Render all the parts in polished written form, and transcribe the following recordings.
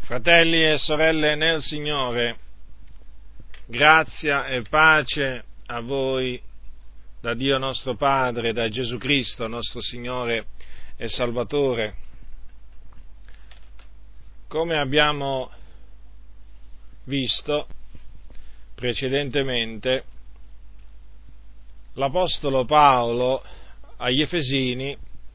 Fratelli e sorelle nel Signore, grazia e pace a voi da Dio nostro Padre, da Gesù Cristo, nostro Signore e Salvatore. Come abbiamo visto precedentemente, l'Apostolo Paolo agli Efesini,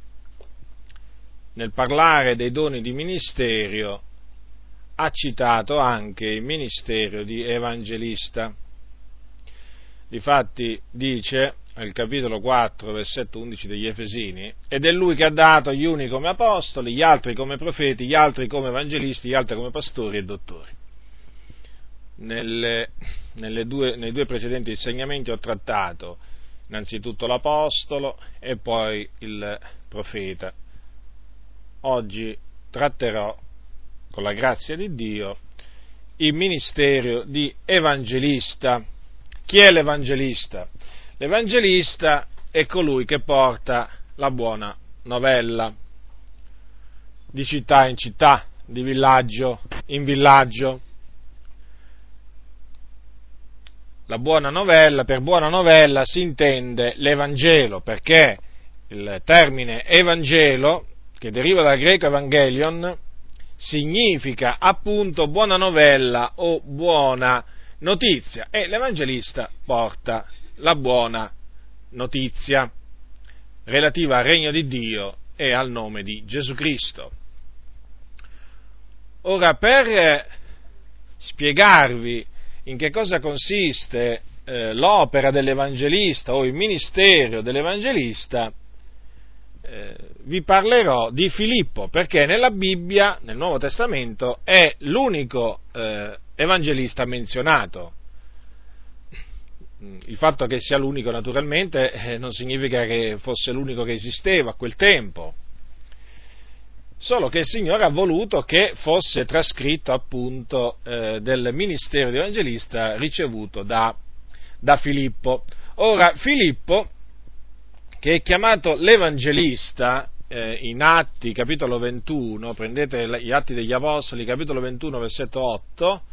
nel parlare dei doni di ministerio, ha citato anche il ministero di evangelista. Difatti dice, nel capitolo 4, versetto 11 degli Efesini, ed è lui che ha dato gli uni come apostoli, gli altri come profeti, gli altri come evangelisti, gli altri come pastori e dottori. Nei due precedenti insegnamenti ho trattato innanzitutto l'apostolo e poi il profeta. Oggi tratterò, con la grazia di Dio, il ministero di evangelista. Chi è l'evangelista? L'evangelista è colui che porta la buona novella, di città in città, di villaggio in villaggio. La buona novella, per buona novella si intende l'Evangelo, perché il termine Evangelo, che deriva dal greco Evangelion, significa appunto buona novella o buona notizia, e l'Evangelista porta la buona notizia relativa al regno di Dio e al nome di Gesù Cristo. Ora, per spiegarvi in che cosa consiste l'opera dell'Evangelista o il ministero dell'Evangelista, vi parlerò di Filippo, perché nella Bibbia, nel Nuovo Testamento, è l'unico evangelista menzionato. Il fatto che sia l'unico, naturalmente, non significa che fosse l'unico che esisteva a quel tempo, solo che il Signore ha voluto che fosse trascritto appunto del ministero di evangelista ricevuto da Filippo. Ora, Filippo, che è chiamato l'Evangelista in Atti, capitolo 21, prendete gli Atti degli Apostoli, capitolo 21, versetto 8,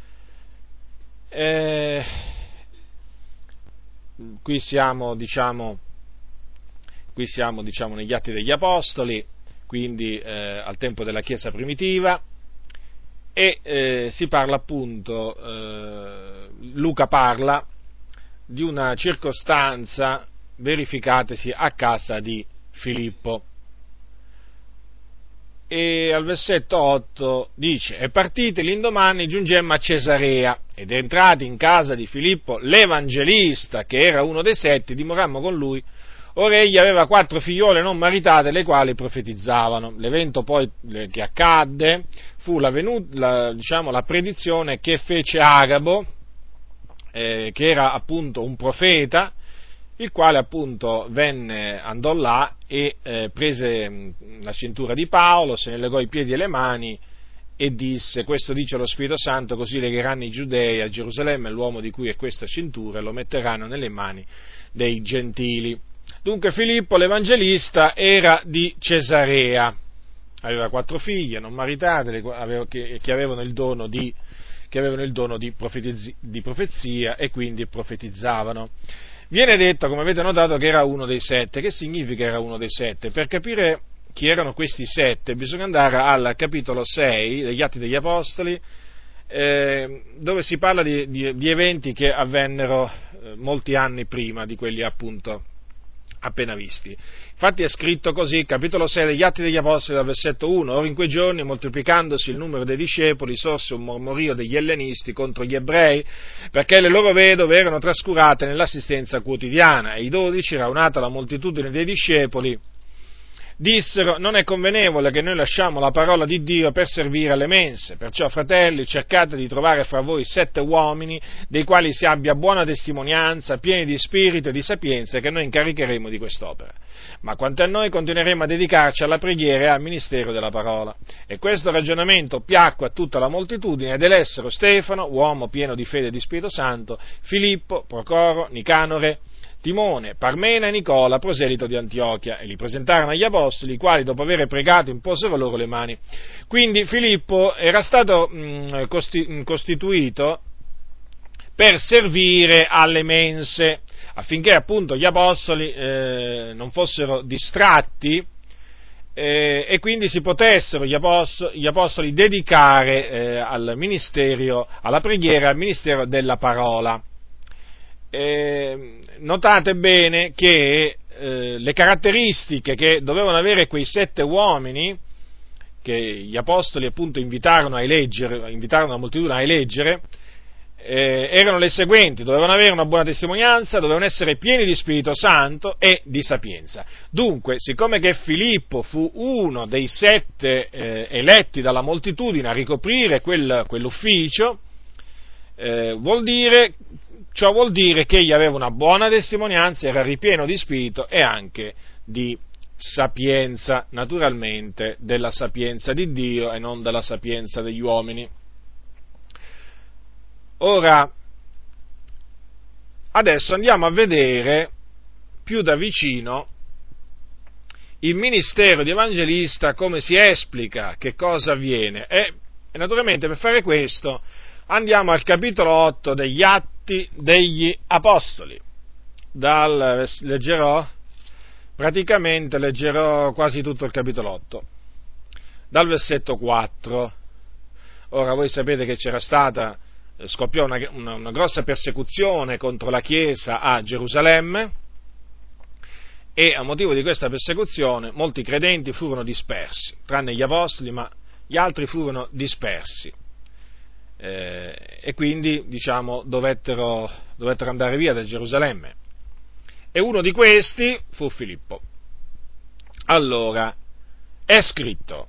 qui siamo negli Atti degli Apostoli, quindi al tempo della Chiesa primitiva, e si parla appunto, Luca parla di una circostanza verificatesi a casa di Filippo. E al versetto 8 dice: e partiti l'indomani giungemmo a Cesarea, ed entrati in casa di Filippo l'Evangelista, che era uno dei 7, dimorammo con lui. Ora egli aveva 4 figliuole non maritate, le quali profetizzavano. L'evento poi che accadde fu la predizione che fece Agabo, che era appunto un profeta, il quale appunto andò là e prese la cintura di Paolo, se ne legò i piedi e le mani e disse: questo dice lo Spirito Santo, così legheranno i giudei a Gerusalemme l'uomo di cui è questa cintura e lo metteranno nelle mani dei gentili. Dunque Filippo l'Evangelista era di Cesarea, aveva 4 figlie non maritate che avevano il dono di profezia e quindi profetizzavano. Viene detto, come avete notato, che era uno dei 7. Che significa era uno dei 7? Per capire chi erano questi 7 bisogna andare al capitolo 6 degli Atti degli Apostoli, dove si parla di eventi che avvennero molti anni prima di quelli appunto appena visti. Infatti è scritto così, capitolo 6 degli Atti degli Apostoli, dal versetto 1: ora in quei giorni, moltiplicandosi il numero dei discepoli, sorse un mormorio degli ellenisti contro gli ebrei, perché le loro vedove erano trascurate nell'assistenza quotidiana, e i 12, raunata la moltitudine dei discepoli, dissero: non è convenevole che noi lasciamo la parola di Dio per servire alle mense, perciò fratelli cercate di trovare fra voi 7 uomini dei quali si abbia buona testimonianza, pieni di spirito e di sapienza, che noi incaricheremo di quest'opera. Ma quanto a noi continueremo a dedicarci alla preghiera e al ministero della parola. E questo ragionamento piacque a tutta la moltitudine, ed elessero Stefano, uomo pieno di fede e di Spirito Santo, Filippo, Procoro, Nicanore, Timone, Parmena e Nicola, proselito di Antiochia, e li presentarono agli apostoli, i quali dopo aver pregato imposero loro le mani. Quindi Filippo era stato costituito per servire alle mense, affinché appunto gli apostoli non fossero distratti e quindi si potessero gli apostoli dedicare al ministero, alla preghiera, al ministero della parola. Notate bene che le caratteristiche che dovevano avere quei 7 uomini, che gli apostoli appunto invitarono la moltitudine a eleggere, erano le seguenti: dovevano avere una buona testimonianza, dovevano essere pieni di Spirito Santo e di sapienza. Dunque, siccome che Filippo fu uno dei 7 eletti dalla moltitudine a ricoprire quell'ufficio, ciò vuol dire che egli aveva una buona testimonianza, era ripieno di spirito e anche di sapienza, naturalmente della sapienza di Dio e non della sapienza degli uomini. Ora, adesso andiamo a vedere più da vicino il ministero di evangelista, come si esplica, che cosa avviene. E naturalmente per fare questo andiamo al capitolo 8 degli Atti degli Apostoli. Leggerò quasi tutto il capitolo 8, dal versetto 4. Ora voi sapete che scoppiò una grossa persecuzione contro la Chiesa a Gerusalemme, e a motivo di questa persecuzione molti credenti furono dispersi, tranne gli apostoli, ma gli altri furono dispersi. E quindi, dovettero andare via da Gerusalemme. E uno di questi fu Filippo. Allora, è scritto,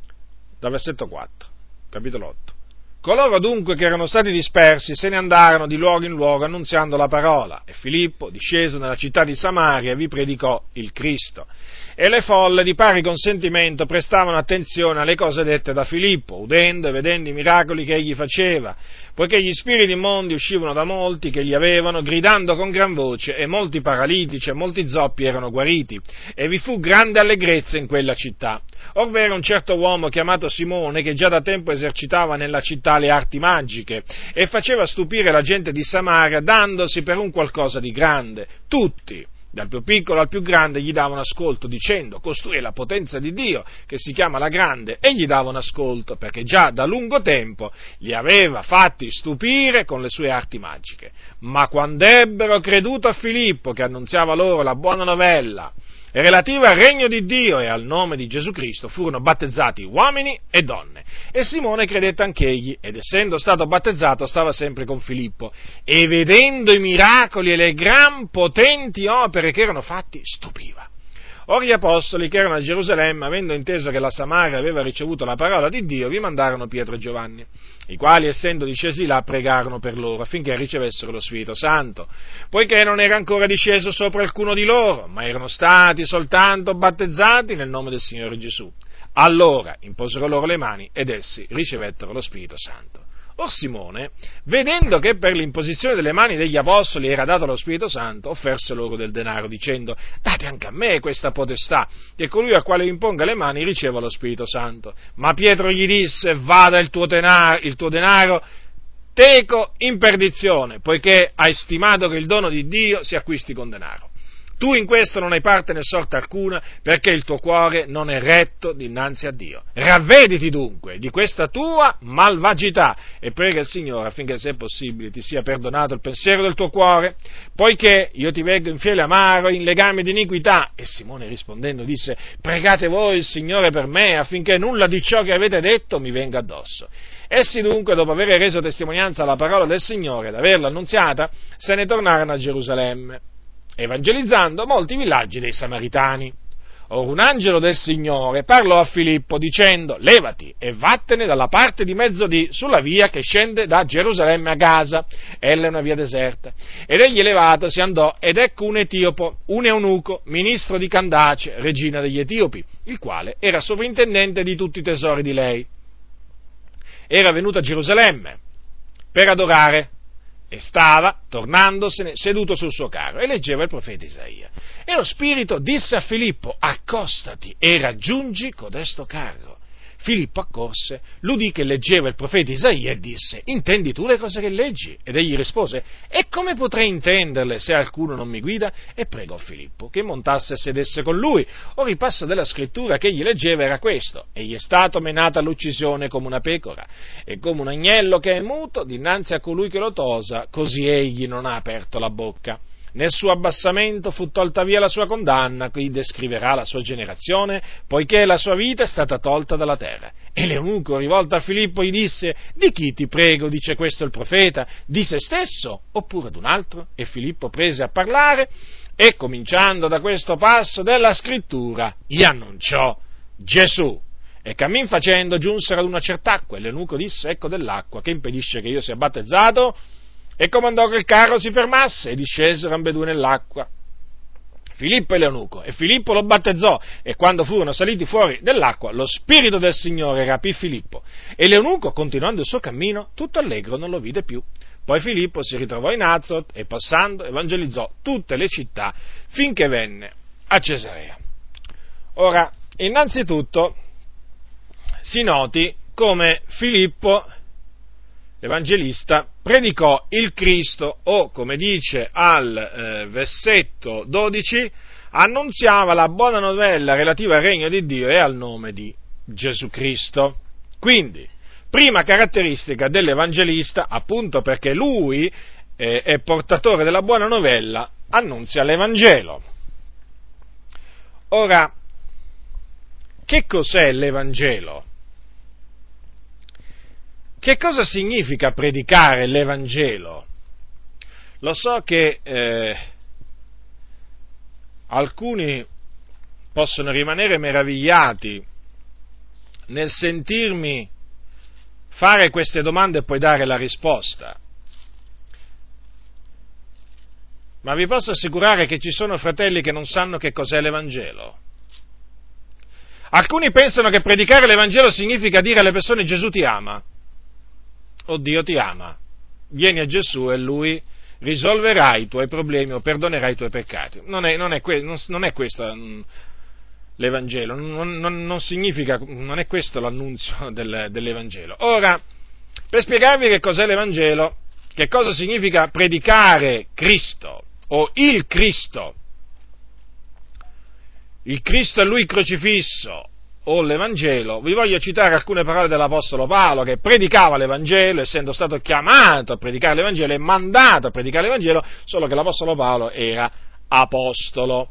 dal versetto 4, capitolo 8. Coloro dunque che erano stati dispersi se ne andarono di luogo in luogo annunziando la parola, e Filippo, disceso nella città di Samaria, vi predicò il Cristo. E le folle di pari consentimento prestavano attenzione alle cose dette da Filippo, udendo e vedendo i miracoli che egli faceva, poiché gli spiriti immondi uscivano da molti che gli avevano, gridando con gran voce, e molti paralitici e molti zoppi erano guariti, e vi fu grande allegrezza in quella città. Ovvero un certo uomo chiamato Simone, che già da tempo esercitava nella città le arti magiche, e faceva stupire la gente di Samaria, dandosi per un qualcosa di grande. Tutti, dal più piccolo al più grande, gli davano ascolto, dicendo: costui è la potenza di Dio, che si chiama la grande, e gli davano ascolto, perché già da lungo tempo li aveva fatti stupire con le sue arti magiche. Ma quando ebbero creduto a Filippo, che annunziava loro la buona novella relativa al regno di Dio e al nome di Gesù Cristo, furono battezzati uomini e donne. E Simone credette anch'egli, ed essendo stato battezzato stava sempre con Filippo, e vedendo i miracoli e le gran potenti opere che erano fatti, stupiva. Ora gli apostoli che erano a Gerusalemme, avendo inteso che la Samaria aveva ricevuto la parola di Dio, vi mandarono Pietro e Giovanni, i quali, essendo discesi là, pregarono per loro affinché ricevessero lo Spirito Santo, poiché non era ancora disceso sopra alcuno di loro, ma erano stati soltanto battezzati nel nome del Signore Gesù. Allora imposero loro le mani ed essi ricevettero lo Spirito Santo. Or Simone, vedendo che per l'imposizione delle mani degli apostoli era dato lo Spirito Santo, offerse loro del denaro, dicendo: date anche a me questa potestà, che colui a quale imponga le mani riceva lo Spirito Santo. Ma Pietro gli disse: vada il tuo denaro teco in perdizione, poiché hai stimato che il dono di Dio si acquisti con denaro. Tu in questo non hai parte né sorte alcuna, perché il tuo cuore non è retto dinanzi a Dio. Ravvediti dunque di questa tua malvagità e prega il Signore affinché, se è possibile, ti sia perdonato il pensiero del tuo cuore, poiché io ti veggo in fiele amaro, in legame di iniquità. E Simone rispondendo disse: pregate voi il Signore per me, affinché nulla di ciò che avete detto mi venga addosso. Essi dunque, dopo aver reso testimonianza alla parola del Signore ed averla annunziata, se ne tornarono a Gerusalemme, evangelizzando molti villaggi dei Samaritani. Or un angelo del Signore parlò a Filippo dicendo: levati e vattene dalla parte di mezzodì sulla via che scende da Gerusalemme a Gaza, ella è una via deserta. Ed egli levato si andò, ed ecco un etiopo, un eunuco, ministro di Candace, regina degli Etiopi, il quale era sovrintendente di tutti i tesori di lei. Era venuto a Gerusalemme per adorare e stava, tornandosene, seduto sul suo carro, e leggeva il profeta Isaia. E lo Spirito disse a Filippo: accostati e raggiungi codesto carro. Filippo accorse, l'udì che leggeva il profeta Isaia e disse: intendi tu le cose che leggi? Ed egli rispose: e come potrei intenderle se alcuno non mi guida? E pregò Filippo che montasse e sedesse con lui. Ora il passo della scrittura che egli leggeva era questo: egli è stato menato all'uccisione come una pecora, e come un agnello che è muto dinanzi a colui che lo tosa, così egli non ha aperto la bocca. Nel suo abbassamento fu tolta via la sua condanna, qui descriverà la sua generazione, poiché la sua vita è stata tolta dalla terra. E l'eunuco, rivolto a Filippo, gli disse: di chi, ti prego, dice questo il profeta? Di se stesso oppure ad un altro? E Filippo prese a parlare e, cominciando da questo passo della scrittura, gli annunciò Gesù. E cammin facendo giunsero ad una cert'acqua, e l'eunuco disse: ecco dell'acqua, che impedisce che io sia battezzato? E comandò che il carro si fermasse, e discesero ambedue nell'acqua, Filippo e l'eunuco, e Filippo lo battezzò, e quando furono saliti fuori dell'acqua, lo Spirito del Signore rapì Filippo, e l'eunuco, continuando il suo cammino, tutto allegro non lo vide più. Poi Filippo si ritrovò in Azot, e passando evangelizzò tutte le città, finché venne a Cesarea. Ora, innanzitutto, si noti come Filippo, l'Evangelista, predicò il Cristo, o come dice al versetto 12, annunziava la buona novella relativa al regno di Dio e al nome di Gesù Cristo. Quindi, prima caratteristica dell'Evangelista, appunto perché lui è portatore della buona novella, annunzia l'Evangelo. Ora, che cos'è l'Evangelo? Che cosa significa predicare l'Evangelo? Lo so che alcuni possono rimanere meravigliati nel sentirmi fare queste domande e poi dare la risposta, ma vi posso assicurare che ci sono fratelli che non sanno che cos'è l'Evangelo. Alcuni pensano che predicare l'Evangelo significa dire alle persone: Gesù ti ama. O Dio ti ama, vieni a Gesù e Lui risolverà i tuoi problemi o perdonerà i tuoi peccati. Non è questo l'Evangelo, non significa, non è questo l'annunzio dell'Evangelo. Ora, per spiegarvi che cos'è l'Evangelo, che cosa significa predicare Cristo o il Cristo è Lui crocifisso, o l'Evangelo, vi voglio citare alcune parole dell'Apostolo Paolo, che predicava l'Evangelo, essendo stato chiamato a predicare l'Evangelo e mandato a predicare l'Evangelo, solo che l'Apostolo Paolo era apostolo.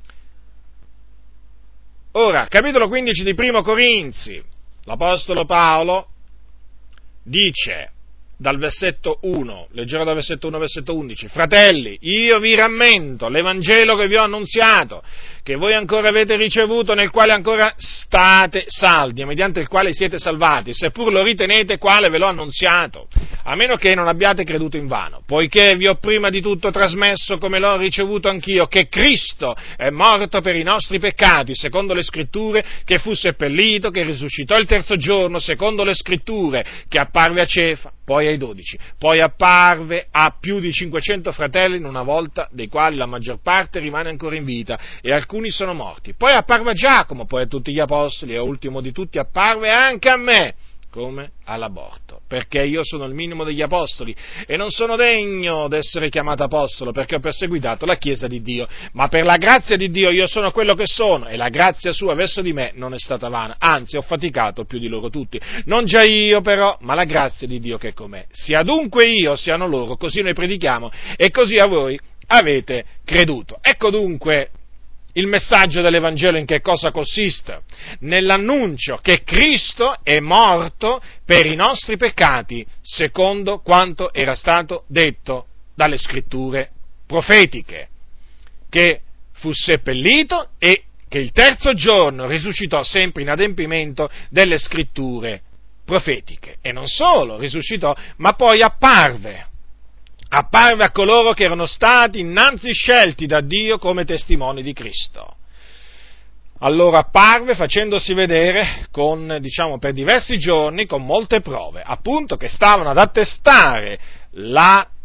Ora, capitolo 15 di Primo Corinzi, l'Apostolo Paolo dice, dal versetto 1, leggerò dal versetto 1 al versetto 11, fratelli, io vi rammento l'Evangelo che vi ho annunziato, che voi ancora avete ricevuto, nel quale ancora state saldi, mediante il quale siete salvati, seppur lo ritenete quale ve l'ho annunziato, a meno che non abbiate creduto invano, poiché vi ho prima di tutto trasmesso, come l'ho ricevuto anch'io, che Cristo è morto per i nostri peccati, secondo le Scritture, che fu seppellito, che risuscitò il terzo giorno, secondo le Scritture, che apparve a Cefa, poi ai 12, poi apparve a più di 500 fratelli in una volta, dei quali la maggior parte rimane ancora in vita, e alcuni sono morti. Poi apparve a Giacomo, poi a tutti gli apostoli, e ultimo di tutti apparve anche a me, come all'aborto, perché io sono il minimo degli apostoli, e non sono degno d'essere chiamato apostolo, perché ho perseguitato la Chiesa di Dio, ma per la grazia di Dio io sono quello che sono, e la grazia sua verso di me non è stata vana, anzi ho faticato più di loro tutti, non già io però, ma la grazia di Dio che è con me. Sia dunque io, siano loro, così noi predichiamo, e così a voi avete creduto. Ecco dunque il messaggio dell'Evangelo in che cosa consiste? Nell'annuncio che Cristo è morto per i nostri peccati, secondo quanto era stato detto dalle Scritture profetiche, che fu seppellito e che il terzo giorno risuscitò sempre in adempimento delle Scritture profetiche. E non solo risuscitò, ma poi apparve a coloro che erano stati innanzi scelti da Dio come testimoni di Cristo. Allora apparve facendosi vedere per diversi giorni con molte prove, appunto che stavano ad attestare la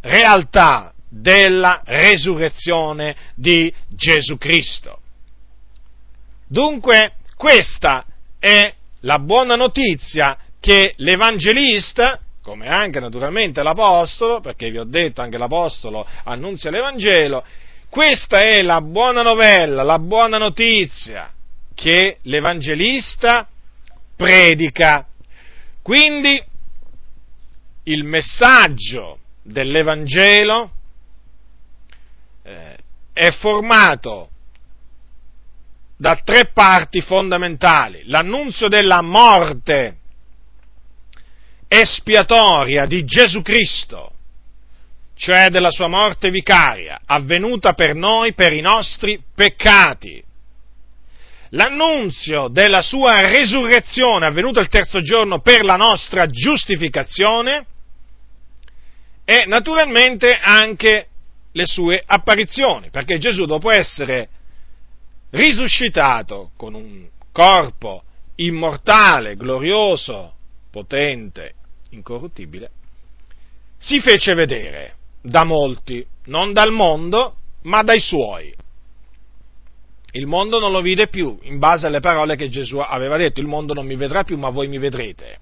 realtà della resurrezione di Gesù Cristo. Dunque, questa è la buona notizia che l'Evangelista, come anche naturalmente l'Apostolo, perché vi ho detto anche l'Apostolo annunzia l'Evangelo, questa è la buona novella, la buona notizia che l'Evangelista predica. Quindi il messaggio dell'Evangelo è formato da tre parti fondamentali: l'annunzio della morte espiatoria di Gesù Cristo, cioè della sua morte vicaria, avvenuta per noi, per i nostri peccati; l'annunzio della sua resurrezione, avvenuta il terzo giorno per la nostra giustificazione; e naturalmente anche le sue apparizioni, perché Gesù, dopo essere risuscitato con un corpo immortale, glorioso, potente, incorruttibile, si fece vedere da molti, non dal mondo, ma dai suoi. Il mondo non lo vide più, in base alle parole che Gesù aveva detto: il mondo non mi vedrà più, ma voi mi vedrete.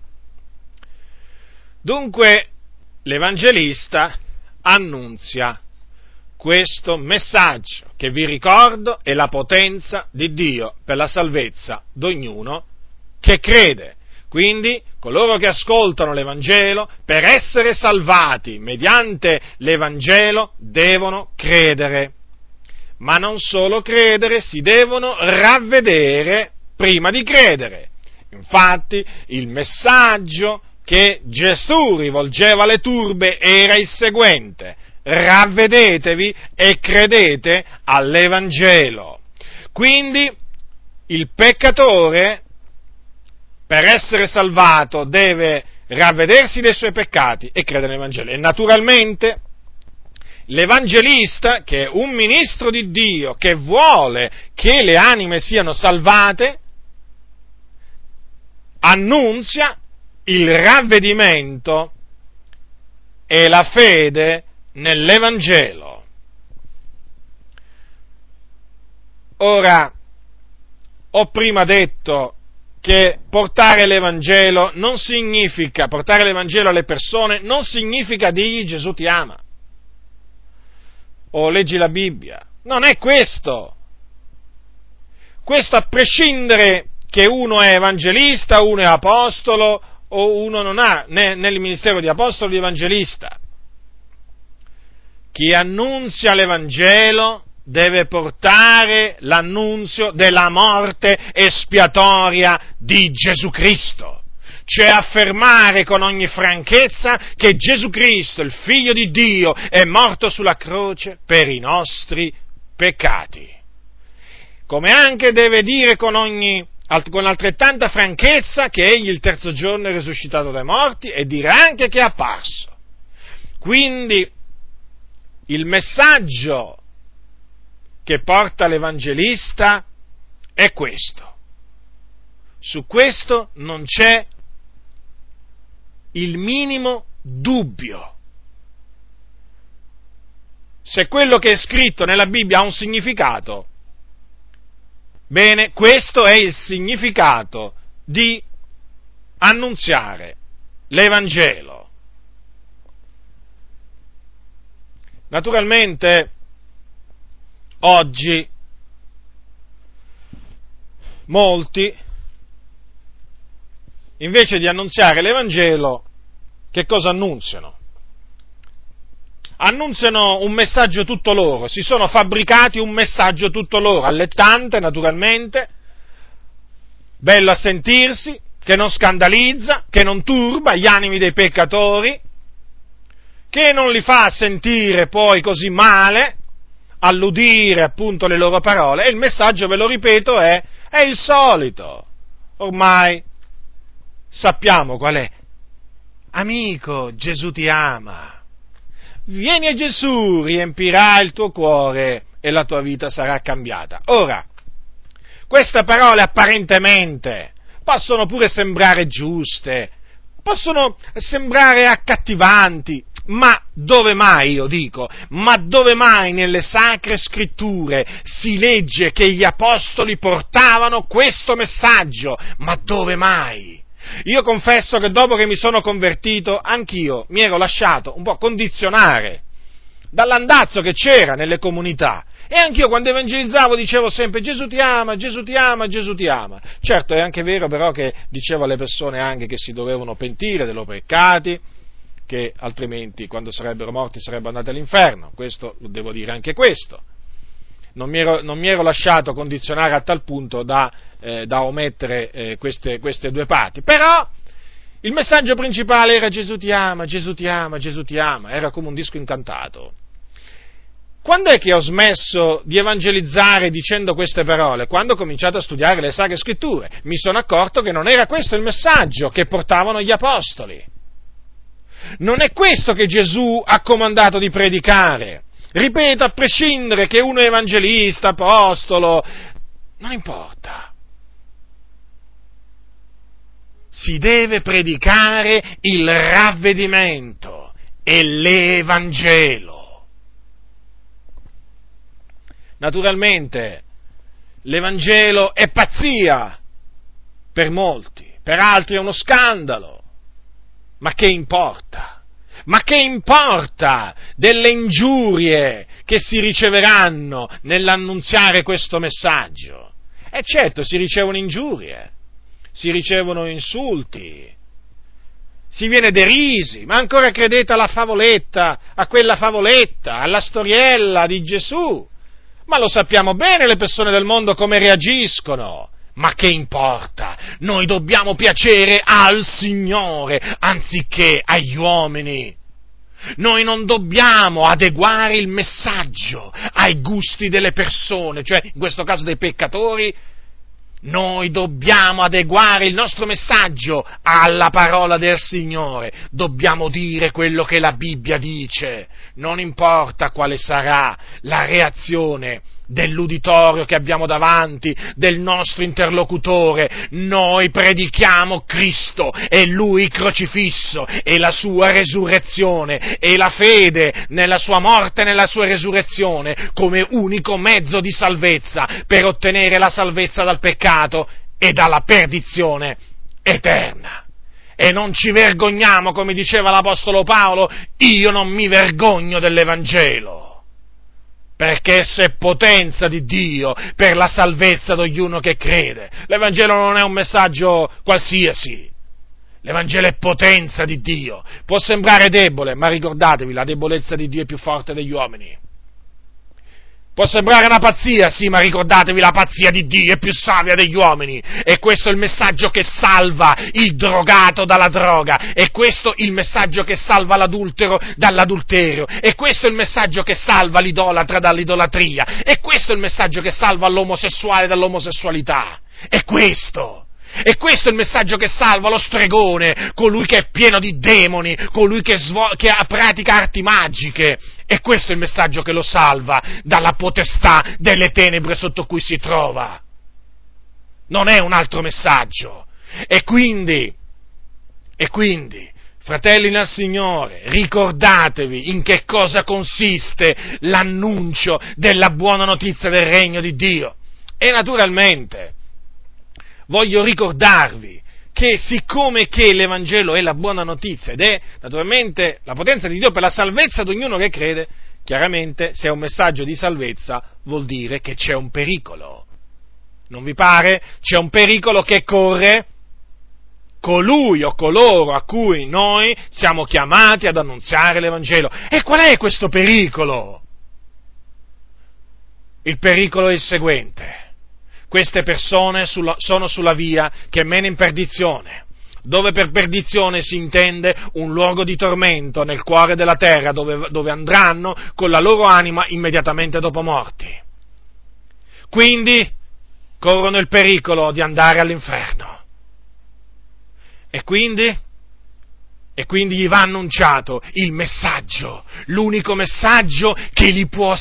Dunque, l'Evangelista annunzia questo messaggio, che vi ricordo è la potenza di Dio per la salvezza di ognuno che crede. Quindi, coloro che ascoltano l'Evangelo, per essere salvati mediante l'Evangelo, devono credere. Ma non solo credere, si devono ravvedere prima di credere. Infatti, il messaggio che Gesù rivolgeva alle turbe era il seguente: ravvedetevi e credete all'Evangelo. Quindi il peccatore, per essere salvato, deve ravvedersi dei suoi peccati e credere nell'Evangelo. E naturalmente l'Evangelista, che è un ministro di Dio, che vuole che le anime siano salvate, annunzia il ravvedimento e la fede nell'Evangelo. Ora, ho prima detto che portare l'Evangelo alle persone non significa dirgli Gesù ti ama, o leggi la Bibbia. Non è questo. Questo a prescindere che uno è evangelista, uno è apostolo, o uno non ha né nel ministero di apostolo o di evangelista. Chi annunzia l'Evangelo deve portare l'annunzio della morte espiatoria di Gesù Cristo, cioè affermare con ogni franchezza che Gesù Cristo, il Figlio di Dio, è morto sulla croce per i nostri peccati. Come anche deve dire con altrettanta franchezza che egli il terzo giorno è risuscitato dai morti, e dire anche che è apparso. Quindi il messaggio che porta l'Evangelista è questo. Su questo non c'è il minimo dubbio. Se quello che è scritto nella Bibbia ha un significato, bene, questo è il significato di annunziare l'Evangelo. Naturalmente, oggi molti, invece di annunziare l'Evangelo, che cosa annunziano? Annunziano un messaggio tutto loro, si sono fabbricati un messaggio tutto loro, allettante naturalmente, bello a sentirsi, che non scandalizza, che non turba gli animi dei peccatori, che non li fa sentire poi così male all'udire appunto le loro parole. E il messaggio, ve lo ripeto, è il solito. Ormai sappiamo qual è. Amico, Gesù ti ama. Vieni a Gesù, riempirà il tuo cuore e la tua vita sarà cambiata. Ora, queste parole apparentemente possono pure sembrare giuste, possono sembrare accattivanti, Ma dove mai, io dico, ma dove mai nelle sacre scritture si legge che gli apostoli portavano questo messaggio? Ma dove mai? Io confesso che dopo che mi sono convertito, anch'io mi ero lasciato un po' condizionare dall'andazzo che c'era nelle comunità. E anch'io quando evangelizzavo dicevo sempre Gesù ti ama, Gesù ti ama, Gesù ti ama. Certo è anche vero però che dicevo alle persone anche che si dovevano pentire dei loro peccati, che altrimenti quando sarebbero morti sarebbero andati all'inferno. Questo lo devo dire anche questo. Non mi ero lasciato condizionare a tal punto da omettere queste due parti. Però il messaggio principale era Gesù ti ama, Gesù ti ama, Gesù ti ama. Era come un disco incantato. Quando è che ho smesso di evangelizzare dicendo queste parole? Quando ho cominciato a studiare le Sacre Scritture. Mi sono accorto che non era questo il messaggio che portavano gli apostoli. Non è questo che Gesù ha comandato di predicare. Ripeto, a prescindere che uno è evangelista, apostolo, non importa. Si deve predicare il ravvedimento e l'Evangelo. Naturalmente, l'Evangelo è pazzia per molti, per altri è uno scandalo. Ma che importa? Ma che importa delle ingiurie che si riceveranno nell'annunziare questo messaggio? E certo, si ricevono ingiurie, si ricevono insulti, si viene derisi, ma ancora credete alla favoletta, a quella favoletta, alla storiella di Gesù? Ma lo sappiamo bene le persone del mondo come reagiscono. Ma che importa? Noi dobbiamo piacere al Signore anziché agli uomini. Noi non dobbiamo adeguare il messaggio ai gusti delle persone, cioè in questo caso dei peccatori. Noi dobbiamo adeguare il nostro messaggio alla parola del Signore, dobbiamo dire quello che la Bibbia dice, non importa quale sarà la reazione dell'uditorio che abbiamo davanti, del nostro interlocutore, noi predichiamo Cristo e Lui crocifisso e la Sua resurrezione e la fede nella Sua morte e nella Sua resurrezione come unico mezzo di salvezza per ottenere la salvezza dal peccato e dalla perdizione eterna. E non ci vergogniamo, come diceva l'Apostolo Paolo, io non mi vergogno dell'Evangelo. Perché esso è potenza di Dio per la salvezza di ognuno che crede. L'Evangelo non è un messaggio qualsiasi. L'Evangelo è potenza di Dio. Può sembrare debole, ma ricordatevi, la debolezza di Dio è più forte degli uomini. Può sembrare una pazzia, sì, ma ricordatevi, la pazzia di Dio è più savia degli uomini. E questo è il messaggio che salva il drogato dalla droga. E questo è il messaggio che salva l'adultero dall'adulterio. E questo è il messaggio che salva l'idolatra dall'idolatria. E questo è il messaggio che salva l'omosessuale dall'omosessualità. E questo è il messaggio che salva lo stregone, colui che è pieno di demoni, colui che pratica arti magiche. E questo è il messaggio che lo salva dalla potestà delle tenebre sotto cui si trova. Non è un altro messaggio. E quindi, fratelli nel Signore, ricordatevi in che cosa consiste l'annuncio della buona notizia del regno di Dio. E naturalmente voglio ricordarvi che siccome che l'Evangelo è la buona notizia ed è naturalmente la potenza di Dio per la salvezza di ognuno che crede, chiaramente se è un messaggio di salvezza vuol dire che c'è un pericolo. Non vi pare? C'è un pericolo che corre colui o coloro a cui noi siamo chiamati ad annunziare l'Evangelo. E qual è questo pericolo? Il pericolo è il seguente. Queste persone sono sulla via che mena in perdizione, dove per perdizione si intende un luogo di tormento nel cuore della terra, dove andranno con la loro anima immediatamente dopo morti. Quindi corrono il pericolo di andare all'inferno. E quindi gli va annunciato il messaggio, l'unico messaggio che li può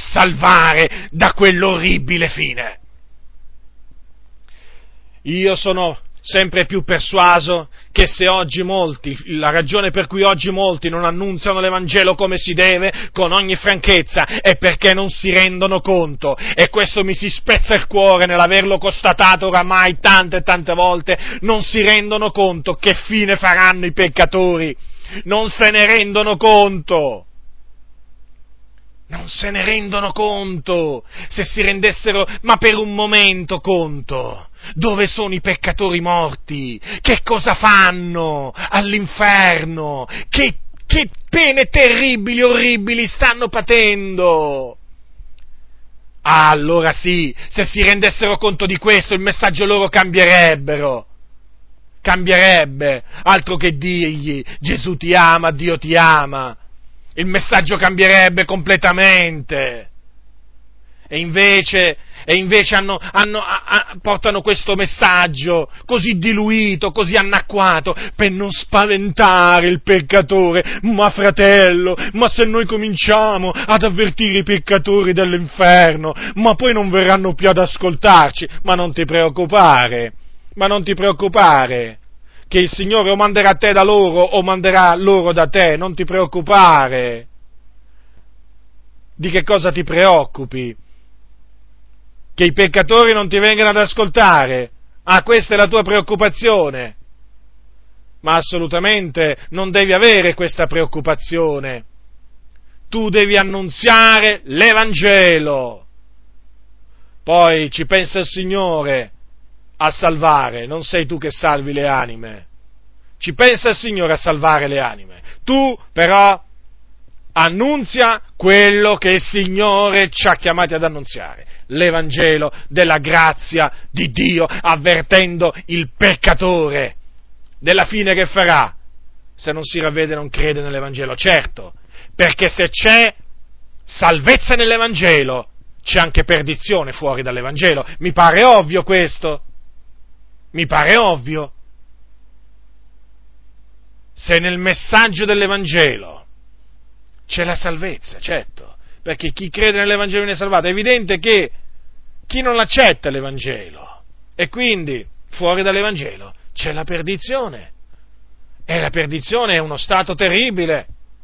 salvare da quell'orribile fine. Io sono sempre più persuaso che se oggi molti, la ragione per cui oggi molti non annunziano l'Evangelo come si deve, con ogni franchezza, è perché non si rendono conto, e questo mi si spezza il cuore nell'averlo constatato oramai tante e tante volte, non si rendono conto che fine faranno i peccatori, non se ne rendono conto. Non se ne rendono conto, se si rendessero, ma per un momento conto, dove sono i peccatori morti, che cosa fanno all'inferno, che pene terribili, orribili stanno patendo. Ah, allora sì, se si rendessero conto di questo, il messaggio loro cambierebbe, altro che dirgli Gesù ti ama, Dio ti ama. Il messaggio cambierebbe completamente. E invece portano questo messaggio così diluito, così annacquato, per non spaventare il peccatore. Ma fratello, ma se noi cominciamo ad avvertire i peccatori dell'inferno, ma poi non verranno più ad ascoltarci. Ma non ti preoccupare, che il Signore o manderà te da loro o manderà loro da te, non ti preoccupare. Di che cosa ti preoccupi? Che i peccatori non ti vengano ad ascoltare? Ah, questa è la tua preoccupazione? Ma assolutamente non devi avere questa preoccupazione. Tu devi annunziare l'Evangelo. Poi ci pensa il Signore a salvare, non sei tu che salvi le anime. Ci pensa il Signore a salvare le anime. Tu però annunzia quello che il Signore ci ha chiamati ad annunziare, l'Evangelo della grazia di Dio, avvertendo il peccatore della fine che farà se non si ravvede e non crede nell'Evangelo. Certo, perché se c'è salvezza nell'Evangelo, c'è anche perdizione fuori dall'Evangelo. Mi pare ovvio questo. Mi pare ovvio. Se nel messaggio dell'Evangelo c'è la salvezza, certo, perché chi crede nell'Evangelo viene salvato. È evidente che chi non accetta l'Evangelo e quindi fuori dall'Evangelo c'è la perdizione. E la perdizione è uno stato terribile,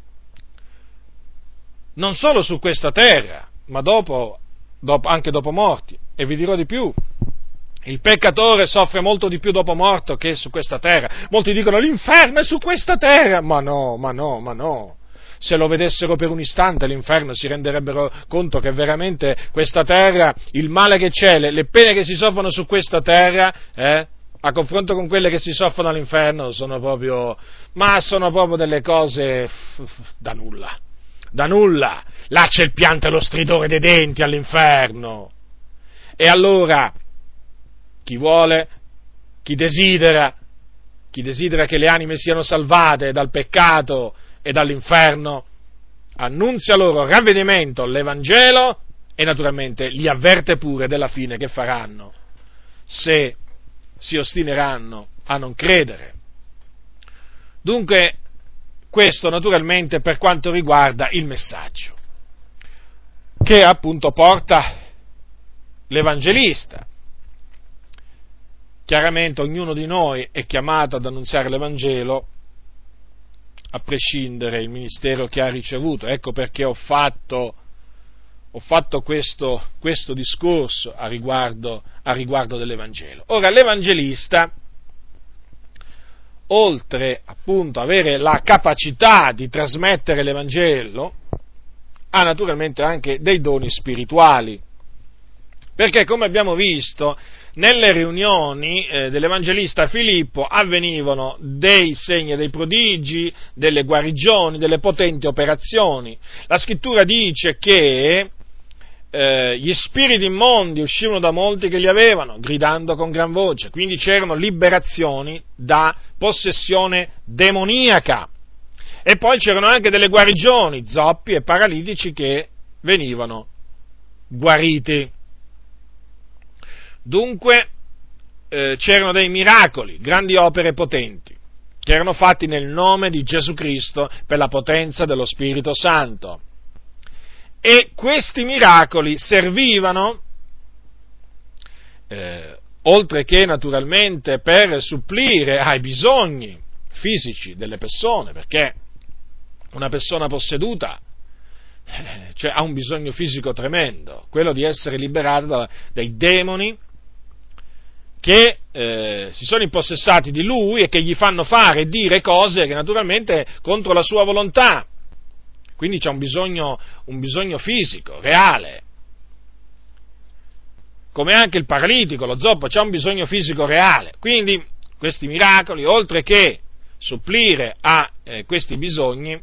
non solo su questa terra, ma anche dopo morti. E vi dirò di più. Il peccatore soffre molto di più dopo morto che su questa terra. Molti dicono l'inferno è su questa terra. Ma no. Se lo vedessero per un istante l'inferno si renderebbero conto che veramente questa terra, il male che c'è, le pene che si soffrono su questa terra, a confronto con quelle che si soffrono all'inferno, sono proprio delle cose da nulla. Là c'è il pianto e lo stridore dei denti all'inferno. E allora chi vuole, chi desidera che le anime siano salvate dal peccato e dall'inferno, annunzia loro ravvedimento, l'Evangelo, e naturalmente li avverte pure della fine che faranno se si ostineranno a non credere. Dunque, questo naturalmente per quanto riguarda il messaggio che appunto porta l'Evangelista. Chiaramente ognuno di noi è chiamato ad annunziare l'Evangelo, a prescindere il ministero che ha ricevuto. Ecco perché ho fatto questo discorso a riguardo dell'Evangelo. Ora, l'Evangelista, oltre appunto avere la capacità di trasmettere l'Evangelo, ha naturalmente anche dei doni spirituali, perché come abbiamo visto nelle riunioni dell'Evangelista Filippo avvenivano dei segni, dei prodigi, delle guarigioni, delle potenti operazioni. La Scrittura dice che gli spiriti immondi uscivano da molti che li avevano, gridando con gran voce, quindi c'erano liberazioni da possessione demoniaca. E poi c'erano anche delle guarigioni, zoppi e paralitici che venivano guariti. Dunque c'erano dei miracoli, grandi opere potenti, che erano fatti nel nome di Gesù Cristo per la potenza dello Spirito Santo. E questi miracoli servivano oltre che naturalmente per supplire ai bisogni fisici delle persone, perché una persona posseduta cioè, ha un bisogno fisico tremendo, quello di essere liberata dai demoni che si sono impossessati di lui e che gli fanno fare e dire cose che naturalmente contro la sua volontà. Quindi c'è un bisogno fisico, reale. Come anche il paralitico, lo zoppo, c'ha un bisogno fisico reale. Quindi questi miracoli, oltre che supplire a questi bisogni,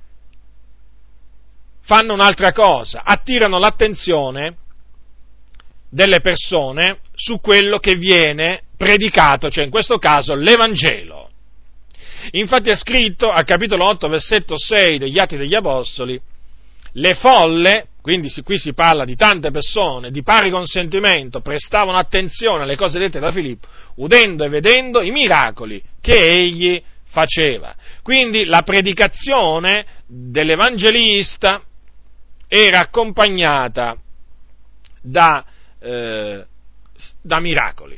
fanno un'altra cosa, attirano l'attenzione delle persone su quello che viene predicato, cioè in questo caso l'Evangelo. Infatti è scritto al capitolo 8, versetto 6 degli Atti degli Apostoli: le folle, quindi qui si parla di tante persone, di pari consentimento, prestavano attenzione alle cose dette da Filippo, udendo e vedendo i miracoli che egli faceva. Quindi la predicazione dell'Evangelista era accompagnata da miracoli.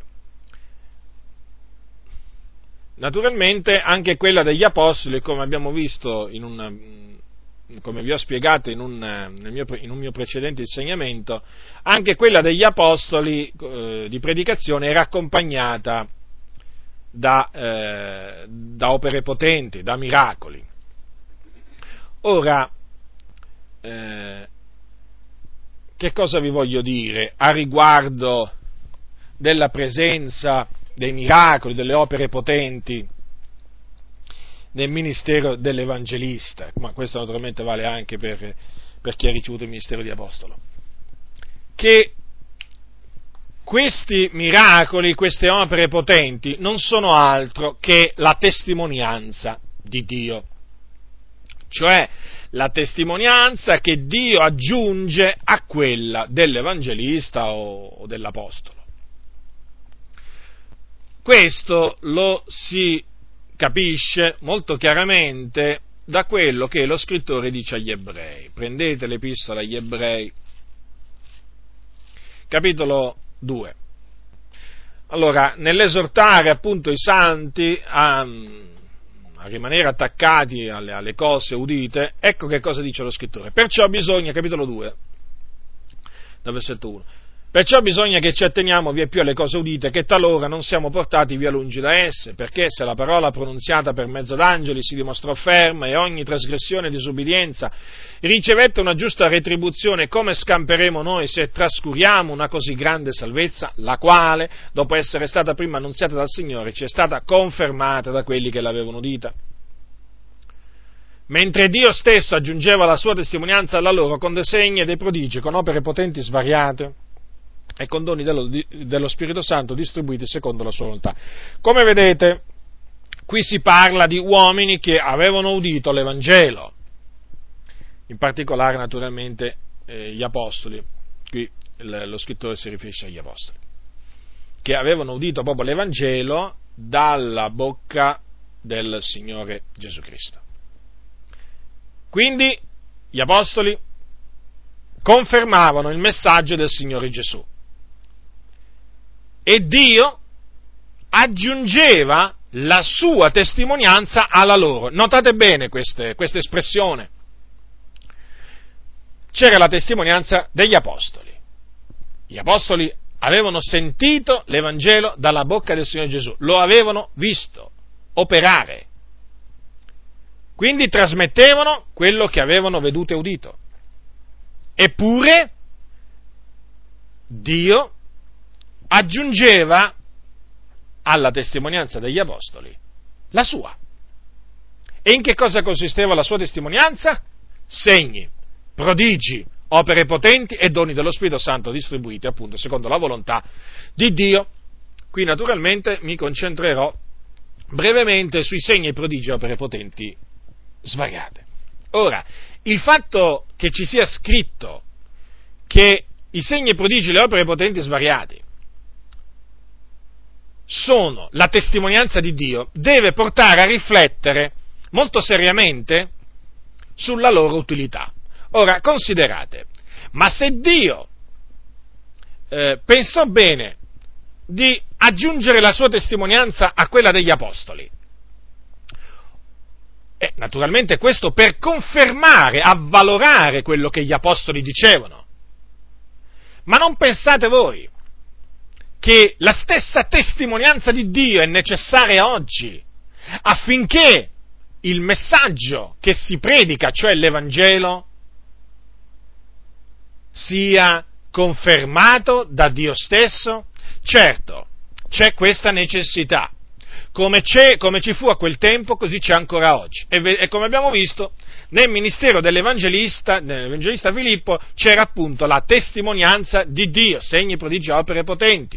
Naturalmente anche quella degli Apostoli, come abbiamo visto come vi ho spiegato in un mio precedente insegnamento, anche quella degli Apostoli di predicazione era accompagnata da opere potenti, da miracoli. Ora, che cosa vi voglio dire a riguardo della presenza dei miracoli, delle opere potenti nel ministero dell'Evangelista? Ma questo naturalmente vale anche per chi ha ricevuto il ministero di Apostolo. Che questi miracoli, queste opere potenti, non sono altro che la testimonianza di Dio. Cioè, la testimonianza che Dio aggiunge a quella dell'Evangelista o dell'Apostolo. Questo lo si capisce molto chiaramente da quello che lo scrittore dice agli Ebrei. Prendete l'Epistola agli Ebrei, capitolo 2. Allora, nell'esortare appunto i santi a rimanere attaccati alle cose udite, ecco che cosa dice lo scrittore. Perciò bisogna, capitolo 2, dal versetto 1, perciò bisogna che ci atteniamo via più alle cose udite, che talora non siamo portati via lungi da esse, perché se la parola pronunziata per mezzo d'angeli si dimostrò ferma e ogni trasgressione e disubbidienza ricevette una giusta retribuzione, come scamperemo noi se trascuriamo una così grande salvezza, la quale, dopo essere stata prima annunziata dal Signore, ci è stata confermata da quelli che l'avevano udita? Mentre Dio stesso aggiungeva la sua testimonianza alla loro con dei segni e dei prodigi, con opere potenti svariate e con doni dello Spirito Santo distribuiti secondo la sua volontà. Come vedete, qui si parla di uomini che avevano udito l'Evangelo, in particolare naturalmente gli Apostoli, qui lo scrittore si riferisce agli Apostoli, che avevano udito proprio l'Evangelo dalla bocca del Signore Gesù Cristo. Quindi gli Apostoli confermavano il messaggio del Signore Gesù e Dio aggiungeva la sua testimonianza alla loro. Notate bene questa espressione. C'era la testimonianza degli Apostoli. Gli Apostoli avevano sentito l'Evangelo dalla bocca del Signore Gesù, lo avevano visto operare. Quindi trasmettevano quello che avevano veduto e udito. Eppure Dio aggiungeva alla testimonianza degli Apostoli la sua. E in che cosa consisteva la sua testimonianza? Segni, prodigi, opere potenti e doni dello Spirito Santo distribuiti appunto secondo la volontà di Dio. Qui naturalmente mi concentrerò brevemente sui segni e prodigi e opere potenti svariate. Ora, il fatto che ci sia scritto che i segni e prodigi e le opere potenti svariati sono la testimonianza di Dio deve portare a riflettere molto seriamente sulla loro utilità. Ora, considerate, ma se Dio pensò bene di aggiungere la sua testimonianza a quella degli apostoli. E naturalmente questo per confermare, avvalorare quello che gli apostoli dicevano. Ma non pensate voi che la stessa testimonianza di Dio è necessaria oggi affinché il messaggio che si predica, cioè l'Evangelo, sia confermato da Dio stesso? Certo, c'è questa necessità. Come ci fu a quel tempo, così c'è ancora oggi. E come abbiamo visto, nel ministero dell'Evangelista Filippo, c'era appunto la testimonianza di Dio, segni, prodigi, opere potenti.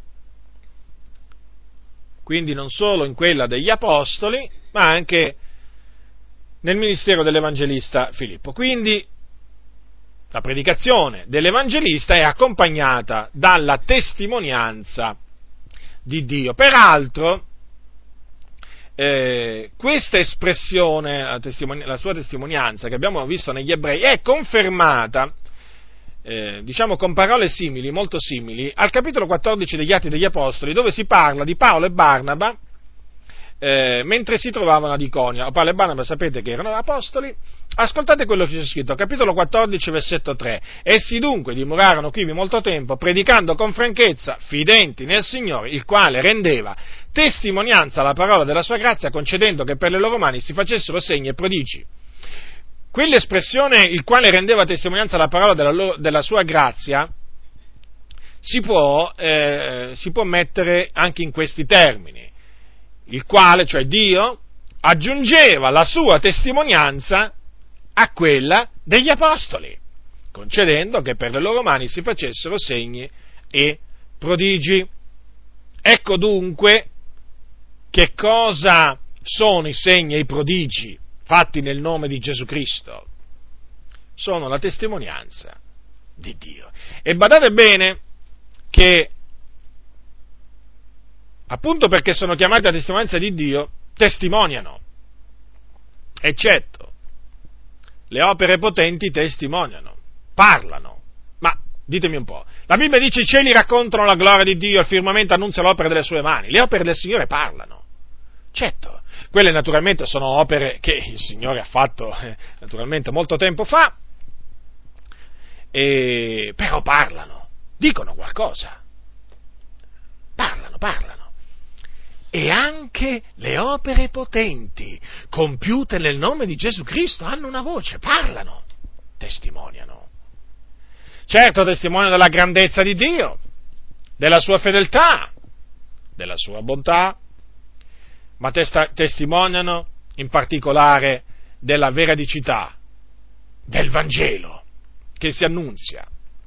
Quindi non solo in quella degli Apostoli, ma anche nel ministero dell'Evangelista Filippo. Quindi la predicazione dell'Evangelista è accompagnata dalla testimonianza di Dio. Peraltro, questa espressione, la sua testimonianza che abbiamo visto negli Ebrei, è confermata, con parole simili, molto simili, al capitolo 14 degli Atti degli Apostoli, dove si parla di Paolo e Barnaba mentre si trovavano ad Iconio. Paolo e Barnaba sapete che erano apostoli. Ascoltate quello che c'è scritto, capitolo 14, versetto 3. Essi dunque dimorarono quivi molto tempo, predicando con franchezza, fidenti nel Signore, il quale rendeva testimonianza alla parola della sua grazia, concedendo che per le loro mani si facessero segni e prodigi. Quell'espressione, il quale rendeva testimonianza alla parola della sua grazia, si può mettere anche in questi termini. Il quale, cioè Dio, aggiungeva la sua testimonianza a quella degli apostoli, concedendo che per le loro mani si facessero segni e prodigi. Ecco dunque che cosa sono i segni e i prodigi fatti nel nome di Gesù Cristo. Sono la testimonianza di Dio. E badate bene che, appunto perché sono chiamati a testimonianza di Dio, testimoniano, eccetto le opere potenti testimoniano, parlano. Ma ditemi un po', la Bibbia dice i cieli raccontano la gloria di Dio, il firmamento annunzia l'opera delle sue mani, le opere del Signore parlano. Certo, quelle naturalmente sono opere che il Signore ha fatto naturalmente molto tempo fa, però parlano, dicono qualcosa, parlano. E anche le opere potenti, compiute nel nome di Gesù Cristo, hanno una voce, parlano, testimoniano. Certo, testimoniano della grandezza di Dio, della sua fedeltà, della sua bontà, ma testimoniano in particolare della veridicità del Vangelo che si annunzia.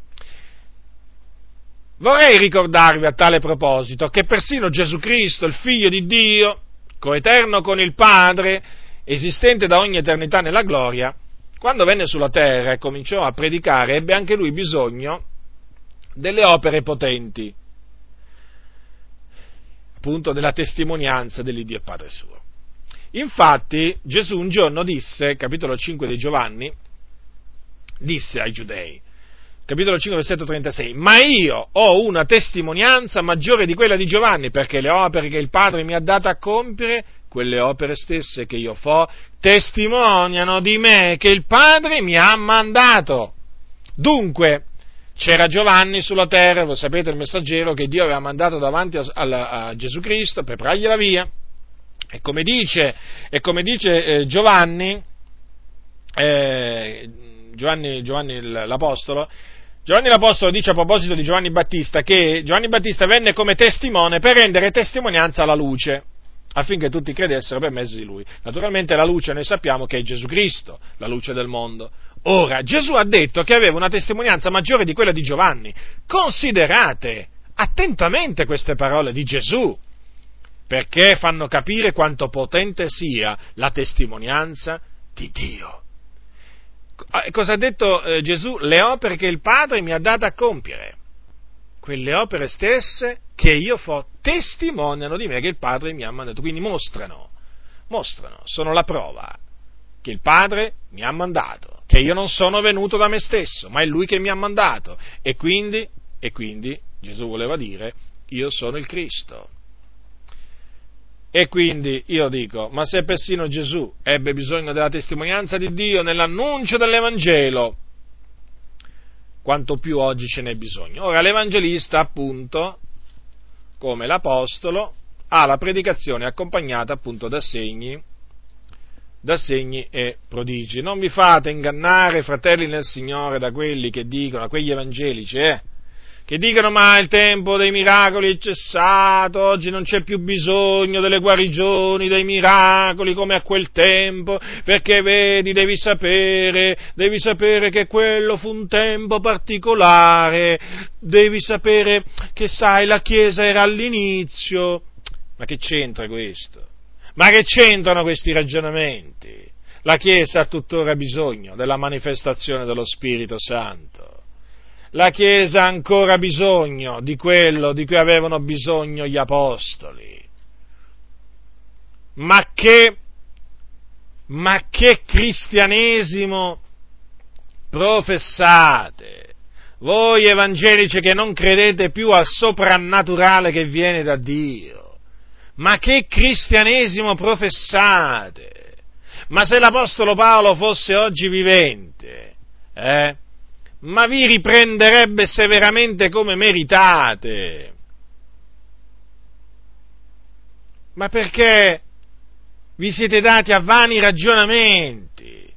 Vorrei ricordarvi a tale proposito che persino Gesù Cristo, il Figlio di Dio, coeterno con il Padre, esistente da ogni eternità nella gloria, quando venne sulla terra e cominciò a predicare, ebbe anche lui bisogno delle opere potenti, appunto della testimonianza dell'Iddio e Padre suo. Infatti Gesù un giorno disse, capitolo 5 di Giovanni, disse ai Giudei, capitolo 5, versetto 36, ma io ho una testimonianza maggiore di quella di Giovanni, perché le opere che il Padre mi ha dato a compiere, quelle opere stesse che io fo, testimoniano di me che il Padre mi ha mandato. Dunque, c'era Giovanni sulla terra, lo sapete, il messaggero che Dio aveva mandato davanti a Gesù Cristo per preparargli la via, e come dice Giovanni l'Apostolo, Giovanni l'Apostolo dice a proposito di Giovanni Battista che Giovanni Battista venne come testimone per rendere testimonianza alla luce, affinché tutti credessero per mezzo di lui. Naturalmente la luce noi sappiamo che è Gesù Cristo, la luce del mondo. Ora, Gesù ha detto che aveva una testimonianza maggiore di quella di Giovanni. Considerate attentamente queste parole di Gesù, perché fanno capire quanto potente sia la testimonianza di Dio. Cosa ha detto Gesù? Le opere che il Padre mi ha dato a compiere, quelle opere stesse che io fo, testimoniano di me che il Padre mi ha mandato, quindi mostrano, sono la prova che il Padre mi ha mandato, che io non sono venuto da me stesso, ma è Lui che mi ha mandato, e quindi Gesù voleva dire io sono il Cristo. E quindi io dico, ma se persino Gesù ebbe bisogno della testimonianza di Dio nell'annuncio dell'Evangelo, quanto più oggi ce n'è bisogno. Ora, l'Evangelista, appunto, come l'Apostolo, ha la predicazione accompagnata appunto da segni e prodigi. Non vi fate ingannare, fratelli nel Signore, da quelli che dicono, quegli evangelici, che dicono ma il tempo dei miracoli è cessato, oggi non c'è più bisogno delle guarigioni, dei miracoli come a quel tempo, perché vedi, devi sapere che quello fu un tempo particolare, devi sapere che sai, la Chiesa era all'inizio. Ma che c'entra questo? Ma che c'entrano questi ragionamenti? La Chiesa ha tuttora bisogno della manifestazione dello Spirito Santo. La Chiesa ha ancora bisogno di quello di cui avevano bisogno gli Apostoli. Ma che cristianesimo professate? Voi evangelici che non credete più al soprannaturale che viene da Dio. Ma che cristianesimo professate? Ma se l'Apostolo Paolo fosse oggi vivente, ma vi riprenderebbe severamente come meritate. Ma perché vi siete dati a vani ragionamenti?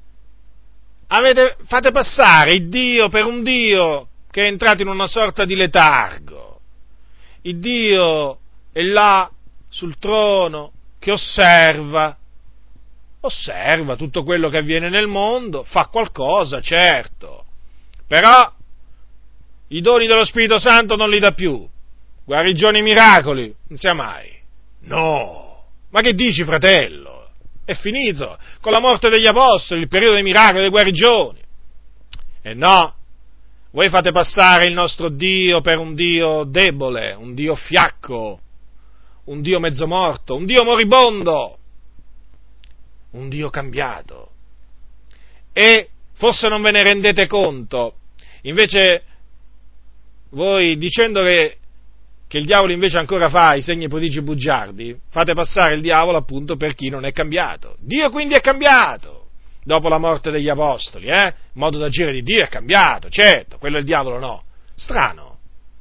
Fate passare il Dio per un Dio che è entrato in una sorta di letargo. Il Dio è là sul trono che osserva tutto quello che avviene nel mondo, fa qualcosa, certo. Però i doni dello Spirito Santo non li dà più, guarigioni e miracoli, non sia mai. No, ma che dici, fratello? È finito, con la morte degli Apostoli, il periodo dei miracoli e delle guarigioni. E no, voi fate passare il nostro Dio per un Dio debole, un Dio fiacco, un Dio mezzo morto, un Dio moribondo, un Dio cambiato. E forse non ve ne rendete conto, invece voi, dicendo che il diavolo invece ancora fa i segni, prodigi bugiardi, fate passare il diavolo appunto per chi non è cambiato. Dio quindi è cambiato, dopo la morte degli Apostoli, il modo d'agire di Dio è cambiato, certo, quello del diavolo no. Strano,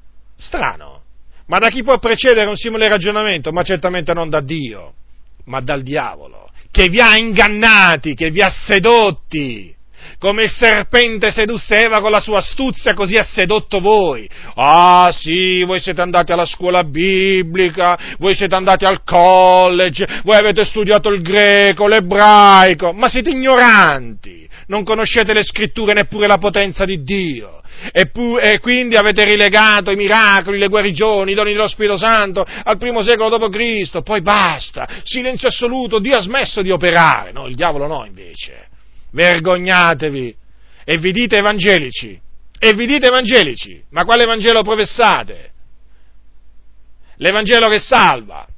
ma da chi può precedere un simile ragionamento? Ma certamente non da Dio, ma dal diavolo, che vi ha ingannati, che vi ha sedotti, come il serpente sedusse Eva con la sua astuzia, così ha sedotto voi. Ah sì, voi siete andati alla scuola biblica, voi siete andati al college, voi avete studiato il greco, l'ebraico, ma siete ignoranti, non conoscete le scritture, neppure la potenza di Dio. E quindi avete rilegato i miracoli, le guarigioni, i doni dello Spirito Santo al primo secolo d.C., poi basta, silenzio assoluto, Dio ha smesso di operare, no, il diavolo no invece. Vergognatevi e vi dite evangelici, ma quale Evangelo professate? L'Evangelo che salva.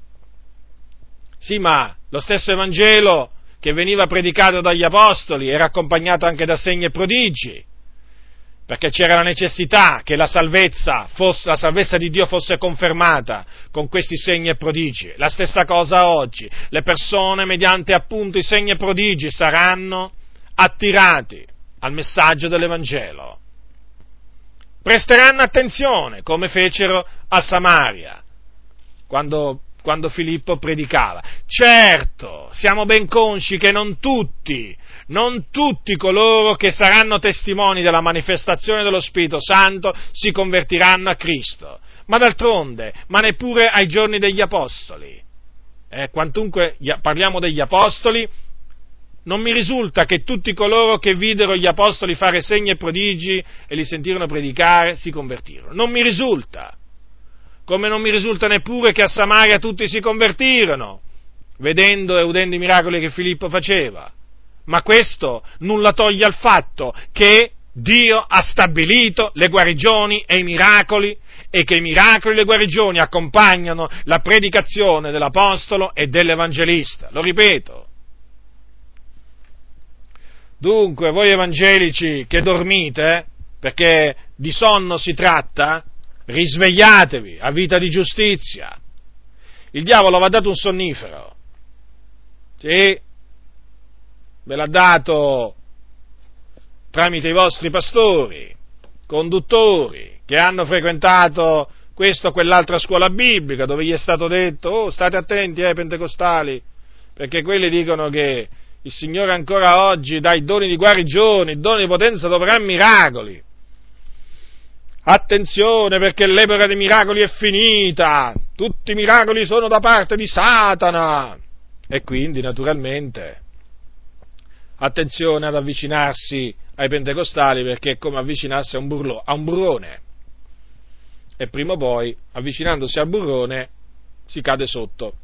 Sì, ma lo stesso Evangelo che veniva predicato dagli Apostoli era accompagnato anche da segni e prodigi, perché c'era la necessità che la salvezza di Dio fosse confermata con questi segni e prodigi. La stessa cosa oggi, le persone mediante appunto i segni e prodigi saranno attirati al messaggio dell'Evangelo. Presteranno attenzione, come fecero a Samaria, quando Filippo predicava. Certo, siamo ben consci che non tutti coloro che saranno testimoni della manifestazione dello Spirito Santo si convertiranno a Cristo, ma d'altronde, ma neppure ai giorni degli Apostoli. Quantunque parliamo degli Apostoli, non mi risulta che tutti coloro che videro gli Apostoli fare segni e prodigi e li sentirono predicare si convertirono. Non mi risulta. Come non mi risulta neppure che a Samaria tutti si convertirono, vedendo e udendo i miracoli che Filippo faceva. Ma questo nulla toglie al fatto che Dio ha stabilito le guarigioni e i miracoli, e che i miracoli e le guarigioni accompagnano la predicazione dell'Apostolo e dell'Evangelista. Lo ripeto. Dunque, voi evangelici che dormite, perché di sonno si tratta, risvegliatevi a vita di giustizia. Il diavolo vi ha dato un sonnifero, sì, ve l'ha dato tramite i vostri pastori, conduttori, che hanno frequentato questa o quell'altra scuola biblica, dove gli è stato detto, state attenti ai pentecostali, perché quelli dicono che il Signore ancora oggi dà i doni di guarigione, i doni di potenza d'opera miracoli. Attenzione, perché l'epoca dei miracoli è finita, tutti i miracoli sono da parte di Satana. E quindi, naturalmente, attenzione ad avvicinarsi ai pentecostali, perché è come avvicinarsi a un burrone. E prima o poi, avvicinandosi al burrone, si cade sotto.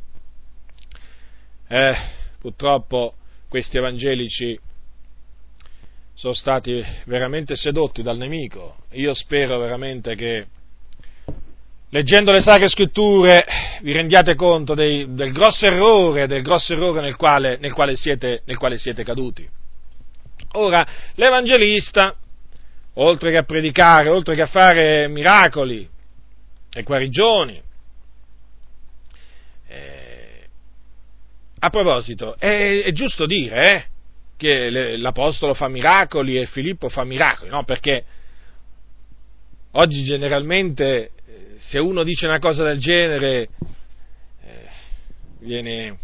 Purtroppo questi evangelici sono stati veramente sedotti dal nemico. Io spero veramente che, leggendo le Sacre Scritture, vi rendiate conto del grosso errore nel quale siete caduti. Ora, l'evangelista, oltre che a predicare, oltre che a fare miracoli e guarigioni, a proposito, è giusto dire che l'Apostolo fa miracoli e Filippo fa miracoli, no? Perché oggi generalmente se uno dice una cosa del genere viene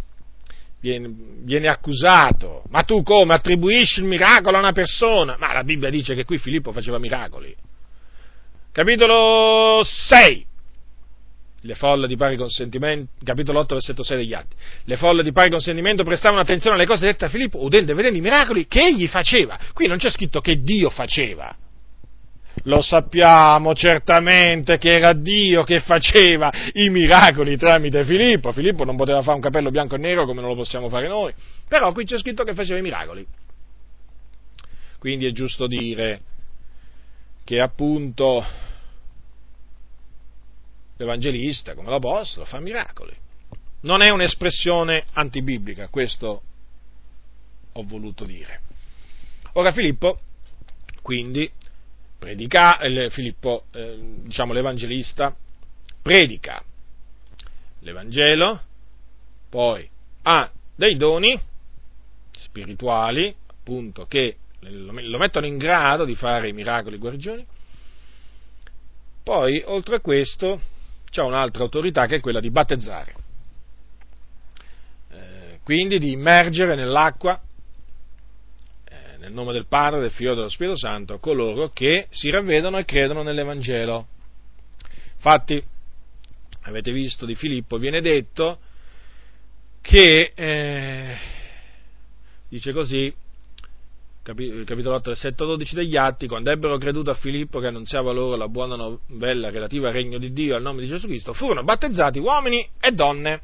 accusato. Ma tu come attribuisci il miracolo a una persona? Ma la Bibbia dice che qui Filippo faceva miracoli. Capitolo 6. Le folle di pari consentimento, capitolo 8, versetto 6 degli Atti. Le folle di pari consentimento prestavano attenzione alle cose dette a Filippo, udendo e vedendo i miracoli che egli faceva. Qui non c'è scritto che Dio faceva. Lo sappiamo certamente che era Dio che faceva i miracoli tramite Filippo. Filippo non poteva fare un capello bianco e nero come non lo possiamo fare noi, però qui c'è scritto che faceva i miracoli. Quindi è giusto dire che appunto l'evangelista, come l'apostolo, fa miracoli. Non è un'espressione antibiblica, questo ho voluto dire. Ora Filippo, quindi, l'evangelista, predica l'Evangelo, poi ha dei doni spirituali, appunto, che lo mettono in grado di fare i miracoli e guarigioni. Poi, oltre a questo, c'è un'altra autorità che è quella di battezzare, quindi di immergere nell'acqua, nel nome del Padre, del Figlio e dello Spirito Santo, coloro che si ravvedono e credono nell'Evangelo. Infatti, avete visto di Filippo, viene detto che, dice così, capitolo 8, versetto 12 degli Atti, quando ebbero creduto a Filippo che annunziava loro la buona novella relativa al regno di Dio al nome di Gesù Cristo, furono battezzati uomini e donne.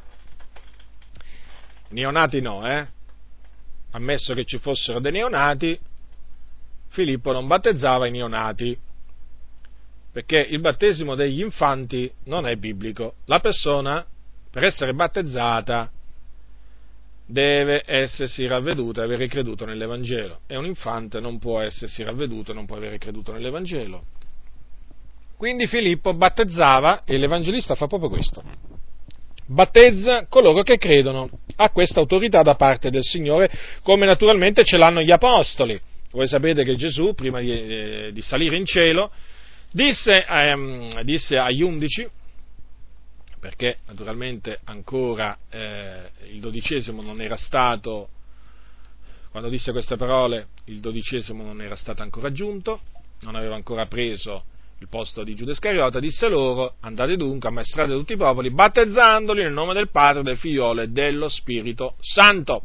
Neonati no, ammesso che ci fossero dei neonati, Filippo non battezzava i neonati, perché il battesimo degli infanti non è biblico. La persona, per essere battezzata, deve essersi ravveduta e avere creduto nell'Evangelo, e un infante non può essersi ravveduto e non può avere creduto nell'Evangelo. Quindi Filippo battezzava, e l'Evangelista fa proprio questo: battezza coloro che credono, a questa autorità da parte del Signore, come naturalmente ce l'hanno gli apostoli. Voi sapete che Gesù, prima di salire in cielo, disse agli 11, perché naturalmente ancora il 12° non era stato, quando disse queste parole, il 12° non era stato ancora giunto, non aveva ancora preso il posto di Giuda Iscariota, disse loro: andate dunque, ammaestrate tutti i popoli, battezzandoli nel nome del Padre, del Figliolo e dello Spirito Santo.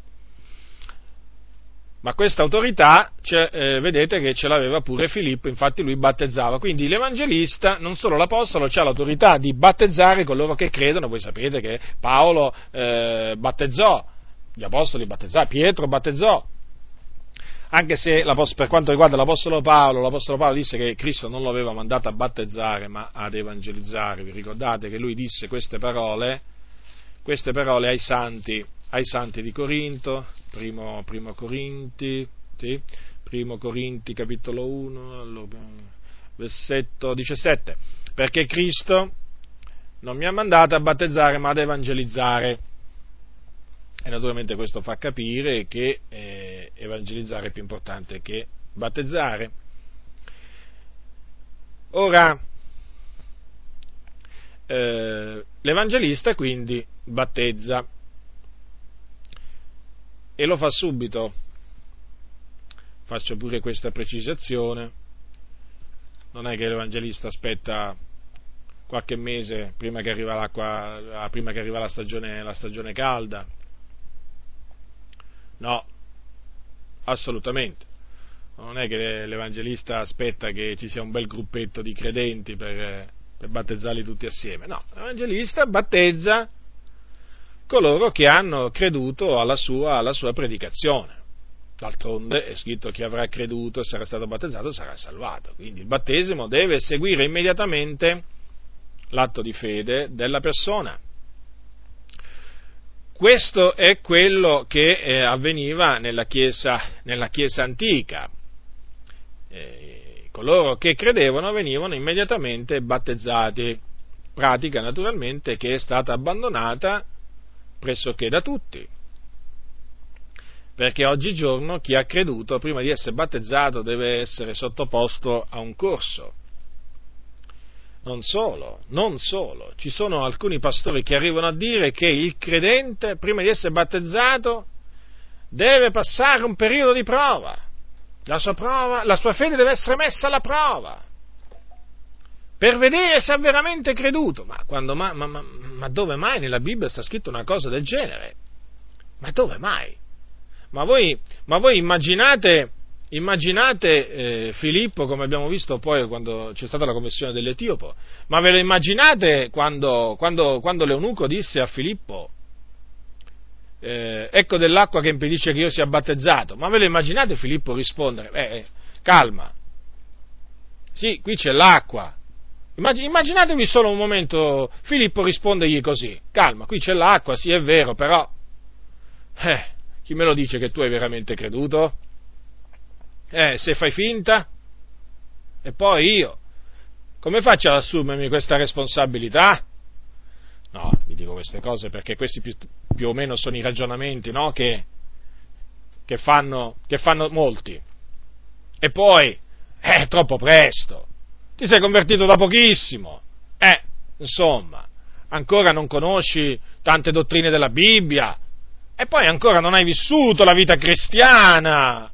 Ma questa autorità, vedete che ce l'aveva pure Filippo, infatti lui battezzava. Quindi l'Evangelista, non solo l'Apostolo, ha l'autorità di battezzare coloro che credono. Voi sapete che Paolo battezzò, gli Apostoli battezzarono, Pietro battezzò. Anche se per quanto riguarda l'Apostolo Paolo disse che Cristo non lo aveva mandato a battezzare ma ad evangelizzare. Vi ricordate che lui disse queste parole ai santi di Corinto, primo Corinti capitolo 1, versetto 17, perché Cristo non mi ha mandato a battezzare ma ad evangelizzare. E naturalmente questo fa capire che evangelizzare è più importante che battezzare. Ora, l'evangelista quindi battezza e lo fa subito. Faccio pure questa precisazione: non è che l'evangelista aspetta qualche mese prima che arriva l'acqua, prima che arriva la stagione calda. No, assolutamente. Non è che l'evangelista aspetta che ci sia un bel gruppetto di credenti per battezzarli tutti assieme. No, l'evangelista battezza coloro che hanno creduto alla sua predicazione. D'altronde è scritto: chi avrà creduto e sarà stato battezzato sarà salvato. Quindi il battesimo deve seguire immediatamente l'atto di fede della persona. Questo è quello che avveniva nella Chiesa antica. Coloro che credevano venivano immediatamente battezzati, pratica naturalmente che è stata abbandonata pressoché da tutti, perché oggigiorno chi ha creduto prima di essere battezzato deve essere sottoposto a un corso. Non solo, ci sono alcuni pastori che arrivano a dire che il credente prima di essere battezzato deve passare un periodo di prova. La sua fede deve essere messa alla prova per vedere se ha veramente creduto. Ma dove mai nella Bibbia sta scritto una cosa del genere? Ma dove mai? Ma voi immaginate Filippo, come abbiamo visto poi quando c'è stata la conversione dell'Etiopo, ma ve lo immaginate quando l'eunuco disse a Filippo: ecco dell'acqua che impedisce che io sia battezzato? Ma ve lo immaginate Filippo rispondere: calma, sì, qui c'è l'acqua. Immaginatevi solo un momento Filippo rispondegli così: calma, qui c'è l'acqua, sì è vero, però chi me lo dice che tu hai veramente creduto? Se fai finta? E poi io come faccio ad assumermi questa responsabilità? No, vi dico queste cose perché questi più o meno sono i ragionamenti, no, che fanno molti. E poi è troppo presto, ti sei convertito da pochissimo, insomma, ancora non conosci tante dottrine della Bibbia e poi ancora non hai vissuto la vita cristiana.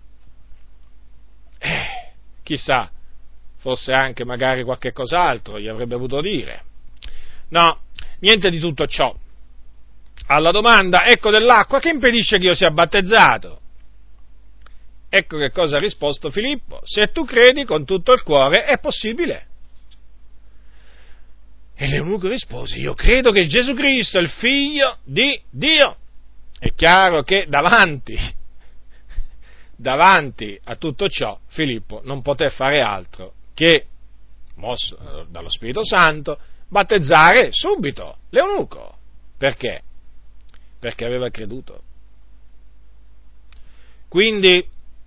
Chissà, forse anche magari qualche cos'altro gli avrebbe potuto dire. No, niente di tutto ciò. Alla domanda: ecco dell'acqua che impedisce che io sia battezzato? Ecco che cosa ha risposto Filippo: se tu credi con tutto il cuore è possibile. E l'eunuco rispose: io credo che Gesù Cristo è il Figlio di Dio. È chiaro che davanti a tutto ciò Filippo non poté fare altro che, mosso dallo Spirito Santo, battezzare subito l'eunuco. Perché? Perché aveva creduto. Quindi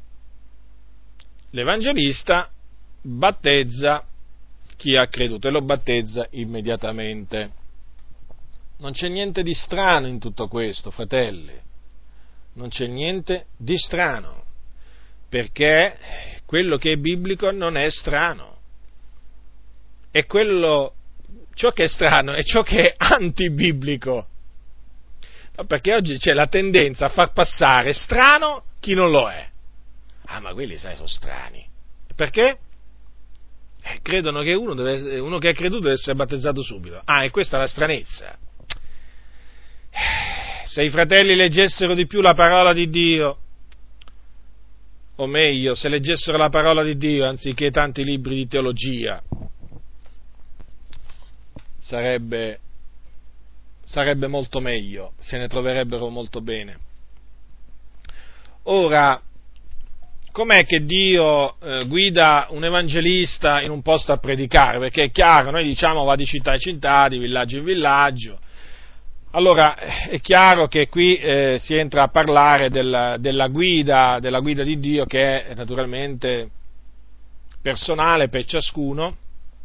l'evangelista battezza chi ha creduto e lo battezza immediatamente. Non c'è niente di strano in tutto questo, fratelli. Non c'è niente di strano, perché quello che è biblico non è strano. E ciò che è strano è ciò che è antibiblico. Perché oggi c'è la tendenza a far passare strano chi non lo è. Ma quelli, sai, sono strani. Perché? Credono che uno che ha creduto deve essere battezzato subito. E questa è la stranezza. Se i fratelli leggessero di più la parola di Dio, o meglio, se leggessero la parola di Dio anziché tanti libri di teologia, sarebbe molto meglio, se ne troverebbero molto bene. Ora, com'è che Dio guida un evangelista in un posto a predicare? Perché è chiaro, noi diciamo va di città in città, di villaggio in villaggio. Allora, è chiaro che qui si entra a parlare della guida di Dio, che è naturalmente personale per ciascuno,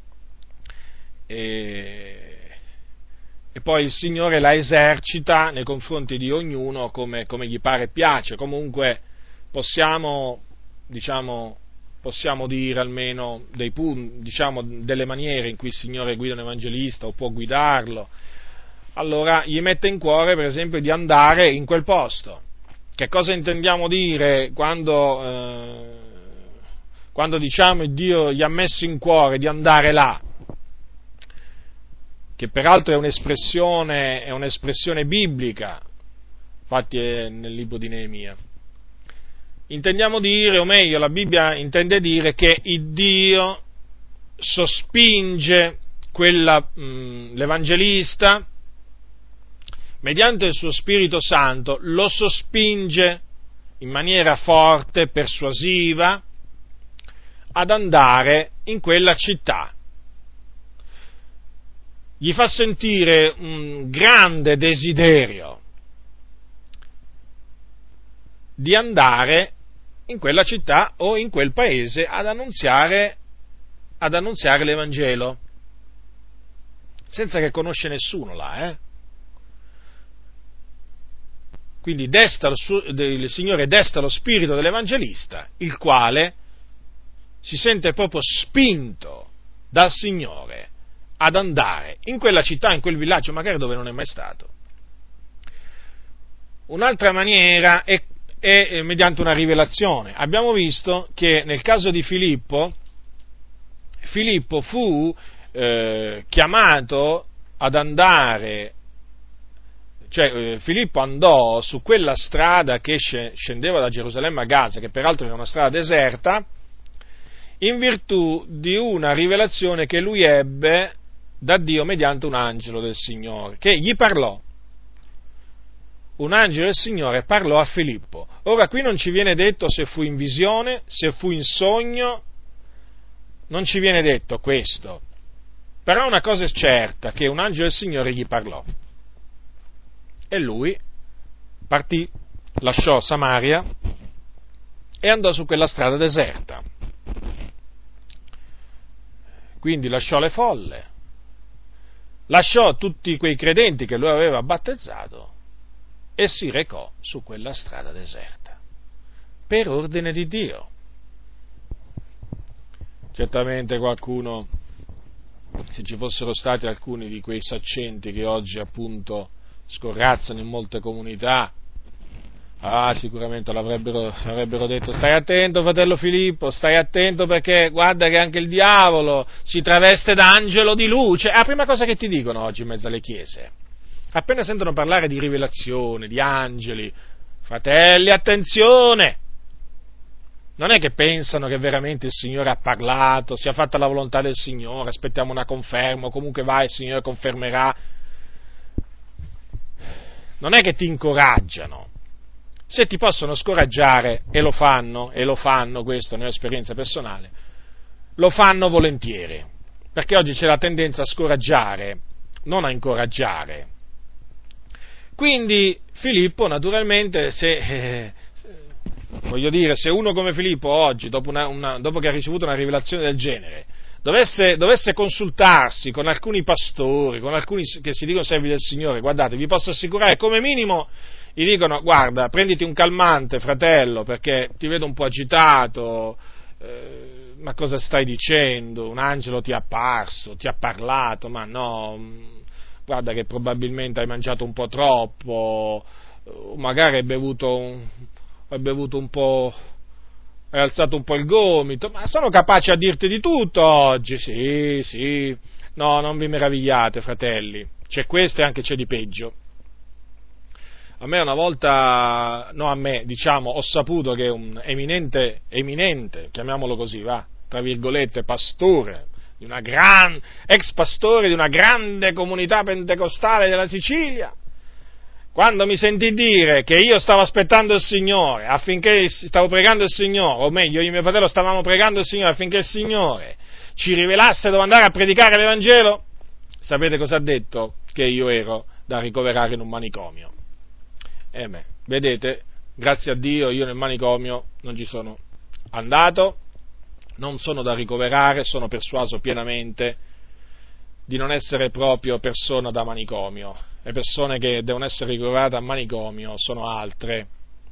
e poi il Signore la esercita nei confronti di ognuno come gli pare e piace. Comunque possiamo dire almeno dei punti, delle maniere in cui il Signore guida un evangelista o può guidarlo. Allora gli mette in cuore, per esempio, di andare in quel posto. Che cosa intendiamo dire quando diciamo Dio gli ha messo in cuore di andare là? Che peraltro è un'espressione biblica, infatti è nel libro di Neemia. Intendiamo dire, o meglio, la Bibbia intende dire che il Dio sospinge l'evangelista, mediante il suo Spirito Santo, lo sospinge in maniera forte, persuasiva, ad andare in quella città. Gli fa sentire un grande desiderio di andare in quella città o in quel paese ad annunziare l'Evangelo, senza che conosce nessuno là, Quindi il Signore desta lo spirito dell'evangelista, il quale si sente proprio spinto dal Signore ad andare in quella città, in quel villaggio, magari dove non è mai stato. Un'altra maniera è mediante una rivelazione. Abbiamo visto che nel caso di Filippo fu chiamato ad andare, cioè Filippo andò su quella strada che scendeva da Gerusalemme a Gaza, che peraltro era una strada deserta, in virtù di una rivelazione che lui ebbe da Dio mediante un angelo del Signore, che gli parlò. Un angelo del Signore parlò a Filippo. Ora qui non ci viene detto se fu in visione, se fu in sogno, non ci viene detto questo. Però una cosa è certa, che un angelo del Signore gli parlò. E lui partì, lasciò Samaria e andò su quella strada deserta. Quindi lasciò le folle, lasciò tutti quei credenti che lui aveva battezzato e si recò su quella strada deserta, per ordine di Dio. Certamente qualcuno, se ci fossero stati alcuni di quei saccenti che oggi appunto scorrazzano in molte comunità, sicuramente avrebbero detto: stai attento, fratello Filippo, stai attento, perché guarda che anche il diavolo si traveste da angelo di luce. È la prima cosa che ti dicono oggi in mezzo alle chiese. Appena sentono parlare di rivelazione, di angeli, fratelli, attenzione! Non è che pensano che veramente il Signore ha parlato, sia fatta la volontà del Signore, aspettiamo una conferma, o comunque il Signore confermerà. Non è che ti incoraggiano. Se ti possono scoraggiare, e lo fanno, questo è un'esperienza personale, lo fanno volentieri, perché oggi c'è la tendenza a scoraggiare, non a incoraggiare. Quindi Filippo, naturalmente, se uno come Filippo oggi, dopo che ha ricevuto una rivelazione del genere, dovesse consultarsi con alcuni pastori, con alcuni che si dicono servi del Signore, guardate, vi posso assicurare, come minimo gli dicono: guarda, prenditi un calmante, fratello, perché ti vedo un po' agitato, ma cosa stai dicendo? Un angelo ti è apparso, ti ha parlato, ma no, guarda che probabilmente hai mangiato un po' troppo, magari hai bevuto un po', hai alzato un po' il gomito, ma sono capace a dirti di tutto oggi, sì, no, non vi meravigliate, fratelli, c'è questo e anche c'è di peggio. A me una volta, ho saputo che un eminente, chiamiamolo così, tra virgolette, pastore, ex pastore di una grande comunità pentecostale della Sicilia, quando mi sentì dire che io stavo aspettando il Signore, stavo pregando il Signore, o meglio, io e mio fratello stavamo pregando il Signore affinché il Signore ci rivelasse dove andare a predicare l'Evangelo, sapete cosa ha detto? Che io ero da ricoverare in un manicomio. Vedete, grazie a Dio io nel manicomio non ci sono andato, non sono da ricoverare, sono persuaso pienamente di non essere proprio persona da manicomio. Le persone che devono essere ricoverate a manicomio sono altre.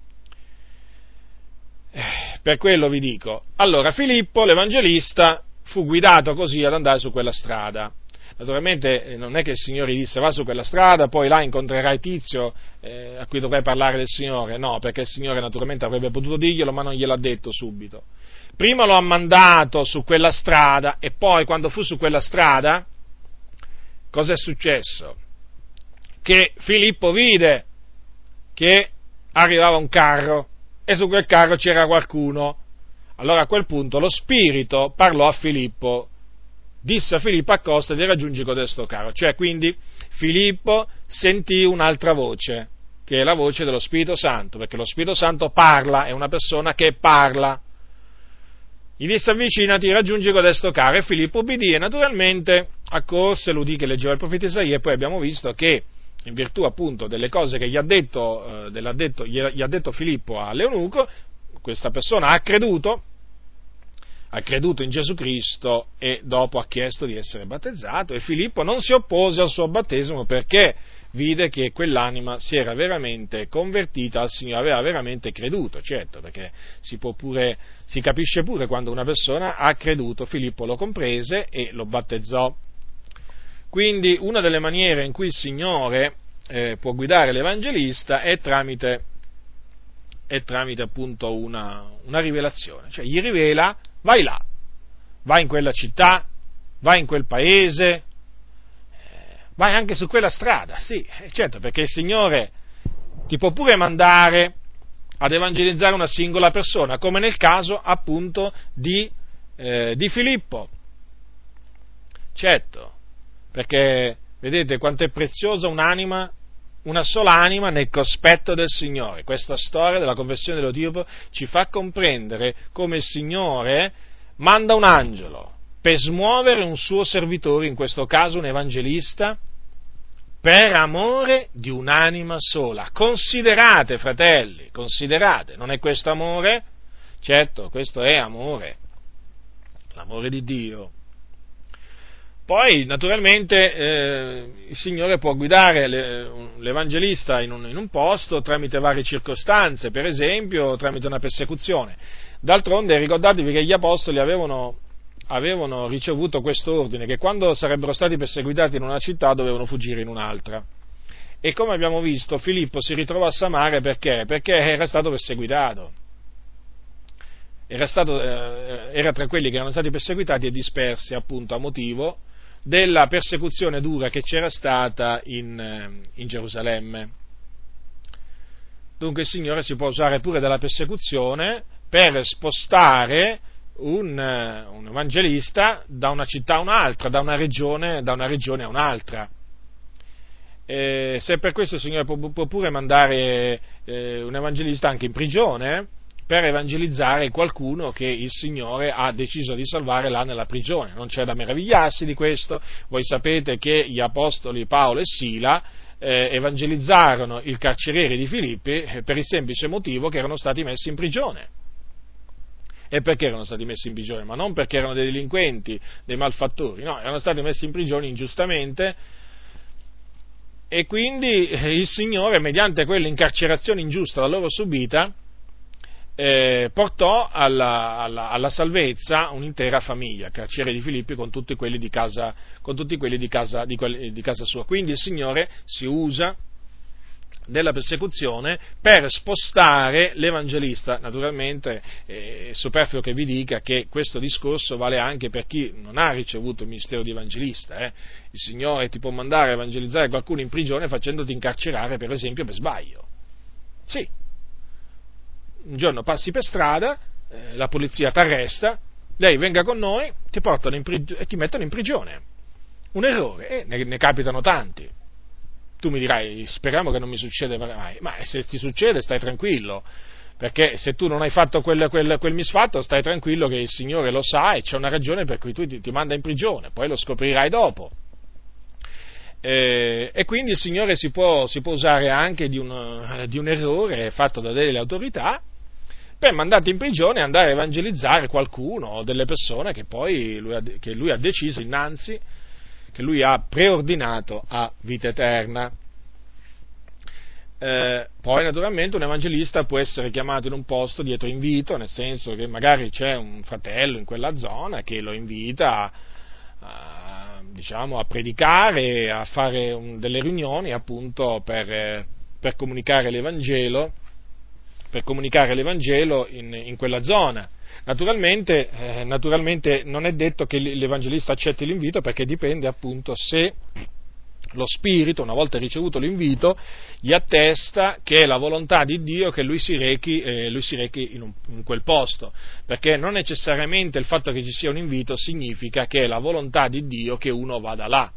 Per quello vi dico. Allora, Filippo, l'Evangelista, fu guidato così ad andare su quella strada. Naturalmente non è che il Signore gli disse va su quella strada, poi là incontrerai Tizio a cui dovrai parlare del Signore. No, perché il Signore naturalmente avrebbe potuto dirglielo, ma non gliel'ha detto subito. Prima lo ha mandato su quella strada e poi quando fu su quella strada, cosa è successo? Che Filippo vide che arrivava un carro e su quel carro c'era qualcuno. Allora a quel punto lo Spirito parlò a Filippo, disse a Filippo accostati e raggiungi codesto carro. Cioè quindi Filippo sentì un'altra voce, che è la voce dello Spirito Santo, perché lo Spirito Santo parla, è una persona che parla. Gli disse avvicinati, raggiungi codesto carro, e Filippo obbedì e naturalmente accorse l'udì che leggeva il profeta Isaia, e poi abbiamo visto che in virtù appunto delle cose che gli ha detto Filippo all'eunuco, questa persona ha creduto in Gesù Cristo e dopo ha chiesto di essere battezzato, e Filippo non si oppose al suo battesimo perché vide che quell'anima si era veramente convertita al Signore, aveva veramente creduto, certo, perché si capisce pure quando una persona ha creduto. Filippo lo comprese e lo battezzò. Quindi una delle maniere in cui il Signore può guidare l'Evangelista è tramite appunto una rivelazione, cioè gli rivela: vai là, vai in quella città, vai in quel paese, vai anche su quella strada, sì, certo, perché il Signore ti può pure mandare ad evangelizzare una singola persona, come nel caso appunto di Filippo, certo, perché vedete quanto è preziosa un'anima, una sola anima nel cospetto del Signore. Questa storia della conversione dell'Etiope ci fa comprendere come il Signore manda un angelo per smuovere un suo servitore, in questo caso un evangelista, per amore di un'anima sola. Considerate, fratelli, considerate, non è questo amore? Certo, questo è amore, l'amore di Dio. Poi, naturalmente, il Signore può guidare l'Evangelista in un posto tramite varie circostanze, per esempio tramite una persecuzione. D'altronde, ricordatevi che gli Apostoli avevano ricevuto questo ordine, che quando sarebbero stati perseguitati in una città dovevano fuggire in un'altra. E come abbiamo visto, Filippo si ritrovò a Samaria perché? Perché era stato perseguitato. Era tra quelli che erano stati perseguitati e dispersi appunto a motivo della persecuzione dura che c'era stata in Gerusalemme. Dunque il Signore si può usare pure della persecuzione per spostare un evangelista da una città a un'altra, da una regione a un'altra. Se per questo il Signore può pure mandare un evangelista anche in prigione, per evangelizzare qualcuno che il Signore ha deciso di salvare là nella prigione. Non c'è da meravigliarsi di questo. Voi sapete che gli apostoli Paolo e Sila evangelizzarono il carceriere di Filippi per il semplice motivo che erano stati messi in prigione. E perché erano stati messi in prigione? Ma non perché erano dei delinquenti, dei malfattori, no, erano stati messi in prigione ingiustamente, e quindi il Signore, mediante quell'incarcerazione ingiusta da loro subita, portò alla salvezza un'intera famiglia, il carceriere di Filippi con tutti quelli di casa sua. Quindi il Signore si usa della persecuzione per spostare l'evangelista. Naturalmente è superfluo che vi dica che questo discorso vale anche per chi non ha ricevuto il ministero di evangelista. Il Signore ti può mandare a evangelizzare qualcuno in prigione facendoti incarcerare, per esempio, per sbaglio. Sì. Un giorno passi per strada, la polizia ti arresta, lei venga con noi, ti portano e ti mettono in prigione. Un errore, ne capitano tanti. Tu mi dirai, speriamo che non mi succeda mai, ma se ti succede stai tranquillo, perché se tu non hai fatto quel misfatto stai tranquillo che il Signore lo sa e c'è una ragione per cui tu ti manda in prigione, poi lo scoprirai dopo. E quindi il Signore si può usare anche di un errore fatto da delle autorità per mandati in prigione e andare a evangelizzare qualcuno o delle persone che poi lui ha deciso innanzi, che lui ha preordinato a vita eterna. Poi naturalmente un evangelista può essere chiamato in un posto dietro invito, nel senso che magari c'è un fratello in quella zona che lo invita a predicare, a fare delle riunioni appunto per comunicare l'Evangelo, in quella zona. Naturalmente non è detto che l'evangelista accetti l'invito, perché dipende appunto se lo Spirito, una volta ricevuto l'invito, gli attesta che è la volontà di Dio che lui si rechi in quel posto, perché non necessariamente il fatto che ci sia un invito significa che è la volontà di Dio che uno vada là.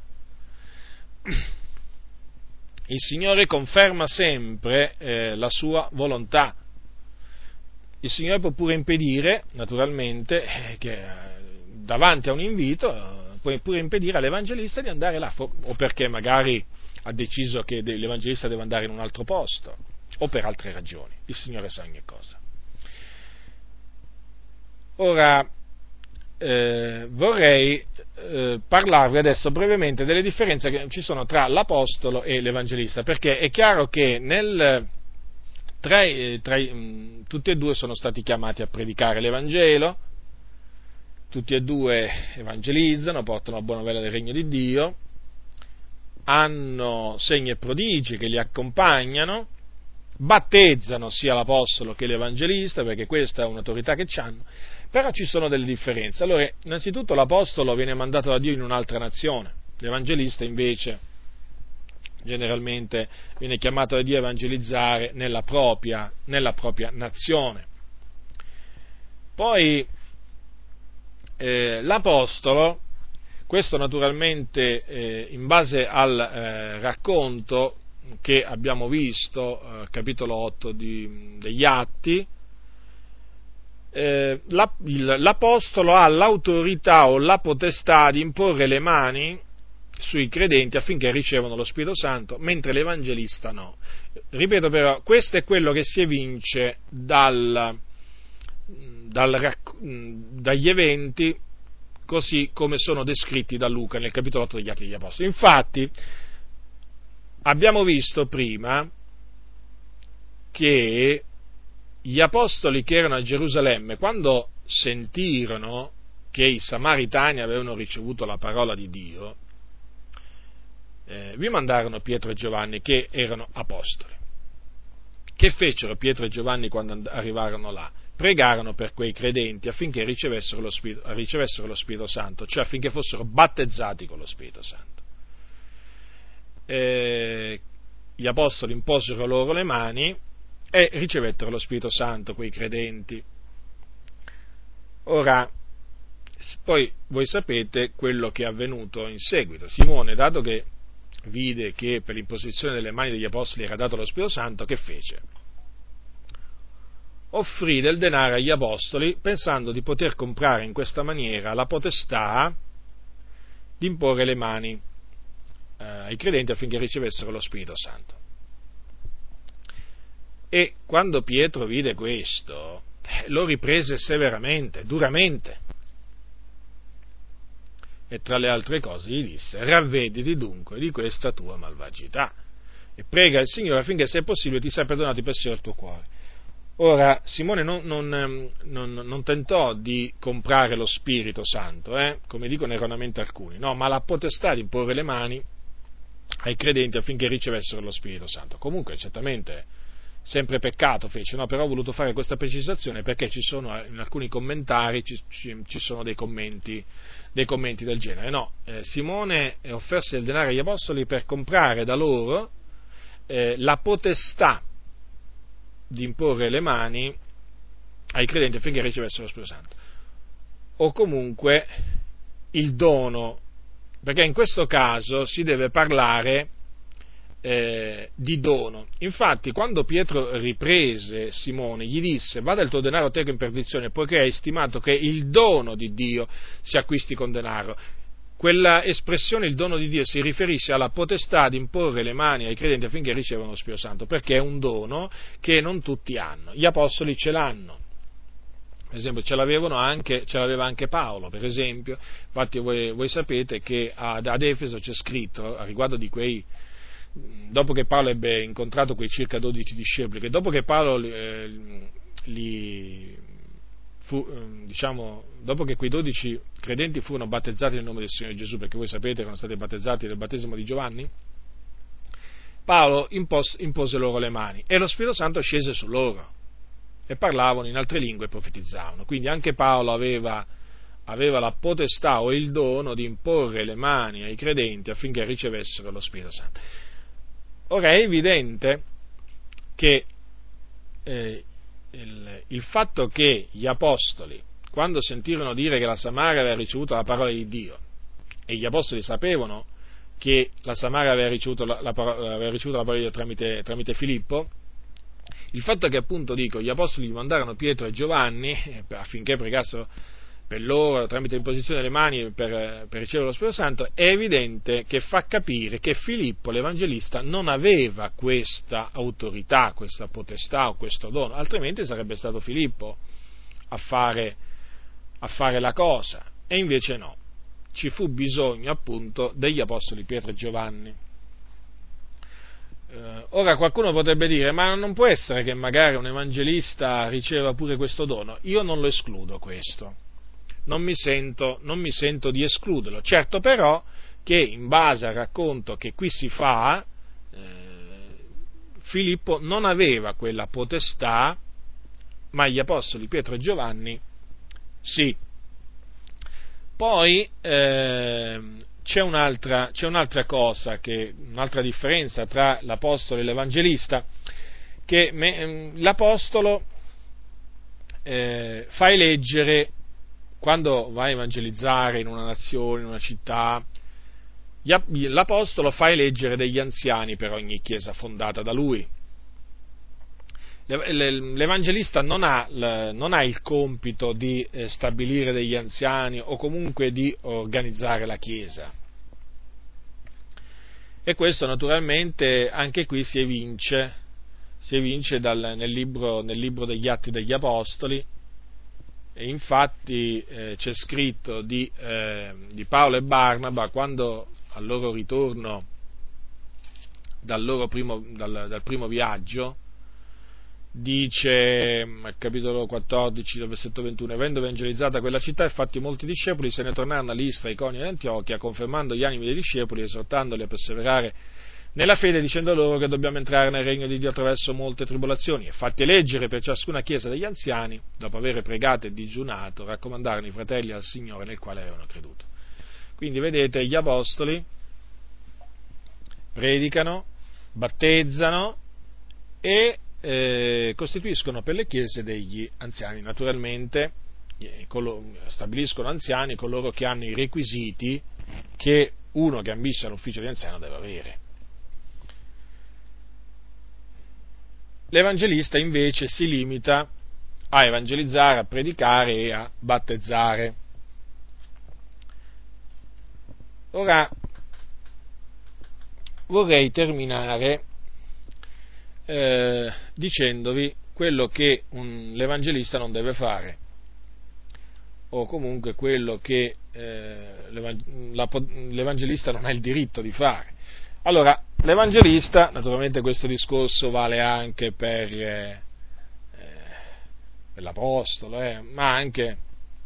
Il Signore conferma sempre la sua volontà. Il Signore può pure impedire, naturalmente, che davanti a un invito può pure impedire all'evangelista di andare là, o perché magari ha deciso che l'evangelista deve andare in un altro posto, o per altre ragioni. Il Signore sa ogni cosa. Ora, vorrei parlarvi adesso brevemente delle differenze che ci sono tra l'apostolo e l'evangelista, perché è chiaro che tutti e due sono stati chiamati a predicare l'Evangelo, tutti e due evangelizzano, portano la buona novella del regno di Dio, hanno segni e prodigi che li accompagnano, battezzano sia l'apostolo che l'evangelista, perché questa è un'autorità che hanno, però ci sono delle differenze. Allora, innanzitutto l'apostolo viene mandato da Dio in un'altra nazione, l'evangelista invece generalmente viene chiamato da Dio a evangelizzare nella propria nazione. Poi l'apostolo, questo naturalmente in base al racconto che abbiamo visto, capitolo 8 degli Atti, l'apostolo ha l'autorità o la potestà di imporre le mani sui credenti affinché ricevano lo Spirito Santo, mentre l'evangelista no. Ripeto però, questo è quello che si evince dagli eventi così come sono descritti da Luca nel capitolo 8 degli Atti degli Apostoli. Infatti, abbiamo visto prima che gli apostoli che erano a Gerusalemme, quando sentirono che i samaritani avevano ricevuto la parola di Dio, vi mandarono Pietro e Giovanni, che erano apostoli. Che fecero Pietro e Giovanni quando arrivarono là? Pregarono per quei credenti affinché ricevessero lo Spirito Santo, cioè affinché fossero battezzati con lo Spirito Santo. Gli apostoli imposero loro le mani e ricevettero lo Spirito Santo quei credenti. Ora, poi voi sapete quello che è avvenuto in seguito. Simone, dato che vide che per l'imposizione delle mani degli apostoli era dato lo Spirito Santo, che fece? Offrì del denaro agli apostoli, pensando di poter comprare in questa maniera la potestà di imporre le mani ai credenti affinché ricevessero lo Spirito Santo. E quando Pietro vide questo, lo riprese severamente, duramente, e tra le altre cose gli disse: ravvediti dunque di questa tua malvagità e prega il Signore affinché, se è possibile, ti sia perdonato i pensieri del tuo cuore. Ora, Simone non tentò di comprare lo Spirito Santo, come dicono erroneamente alcuni, no, ma la potestà di imporre le mani ai credenti affinché ricevessero lo Spirito Santo. Comunque, certamente, sempre peccato fece, no? Però ho voluto fare questa precisazione perché ci sono in alcuni commentari ci sono dei commenti del genere. No, Simone offerse il denaro agli apostoli per comprare da loro la potestà di imporre le mani ai credenti affinché ricevessero lo Spirito Santo, o comunque il dono, perché in questo caso si deve parlare di dono. Infatti, quando Pietro riprese Simone, gli disse: vada il tuo denaro teco in perdizione, poiché hai stimato che il dono di Dio si acquisti con denaro. Quella espressione, il dono di Dio, si riferisce alla potestà di imporre le mani ai credenti affinché ricevano lo Spirito Santo, perché è un dono che non tutti hanno. Gli apostoli ce l'hanno, Per esempio ce l'aveva anche Paolo, per esempio. Infatti voi sapete che ad Efeso c'è scritto a riguardo di dopo che Paolo ebbe incontrato quei circa 12 discepoli, che dopo che Paolo dopo che quei 12 credenti furono battezzati nel nome del Signore Gesù, perché voi sapete che erano stati battezzati nel battesimo di Giovanni, Paolo impose loro le mani e lo Spirito Santo scese su loro e parlavano in altre lingue e profetizzavano. Quindi anche Paolo aveva la potestà o il dono di imporre le mani ai credenti affinché ricevessero lo Spirito Santo. Ora è evidente che il fatto che gli apostoli, quando sentirono dire che la Samaria aveva ricevuto la parola di Dio, e gli apostoli sapevano che la Samaria aveva ricevuto la parola di Dio tramite Filippo, il fatto che appunto gli apostoli gli mandarono Pietro e Giovanni affinché pregassero per loro tramite l'imposizione delle mani per ricevere lo Spirito Santo, è evidente che fa capire che Filippo l'Evangelista non aveva questa autorità, questa potestà o questo dono, altrimenti sarebbe stato Filippo a fare la cosa, e invece no, ci fu bisogno appunto degli apostoli Pietro e Giovanni. Ora qualcuno potrebbe dire, ma non può essere che magari un evangelista riceva pure questo dono? Io non lo escludo questo, non mi sento di escluderlo, certo però che in base al racconto che qui si fa, Filippo non aveva quella potestà, ma gli apostoli Pietro e Giovanni sì. Poi c'è un'altra cosa, un'altra differenza tra l'apostolo e l'evangelista, che l'apostolo fa eleggere, quando va a evangelizzare in una nazione, in una città, l'apostolo fa eleggere degli anziani per ogni chiesa fondata da lui. L'evangelista non ha il compito di stabilire degli anziani o comunque di organizzare la chiesa. E questo naturalmente anche qui si evince nel libro degli Atti degli Apostoli, e infatti c'è scritto di Paolo e Barnaba quando al loro ritorno dal primo viaggio, dice al capitolo 14, versetto 21, avendo evangelizzata quella città e fatti molti discepoli, se ne tornarono a Listra, Iconia e Antiochia, confermando gli animi dei discepoli, esortandoli a perseverare nella fede, dicendo loro che dobbiamo entrare nel regno di Dio attraverso molte tribolazioni, e fatti eleggere per ciascuna chiesa degli anziani, dopo aver pregato e digiunato, raccomandarono i fratelli al Signore nel quale avevano creduto. Quindi vedete, gli apostoli predicano, battezzano e costituiscono per le chiese degli anziani. Naturalmente stabiliscono anziani coloro che hanno i requisiti che uno che ambisce all'ufficio di anziano deve avere. L'evangelista invece si limita a evangelizzare, a predicare e a battezzare. Ora vorrei terminare dicendovi quello che l'evangelista non deve fare, o comunque quello che l'evangelista non ha il diritto di fare. Allora, l'evangelista, naturalmente questo discorso vale anche per l'apostolo, ma anche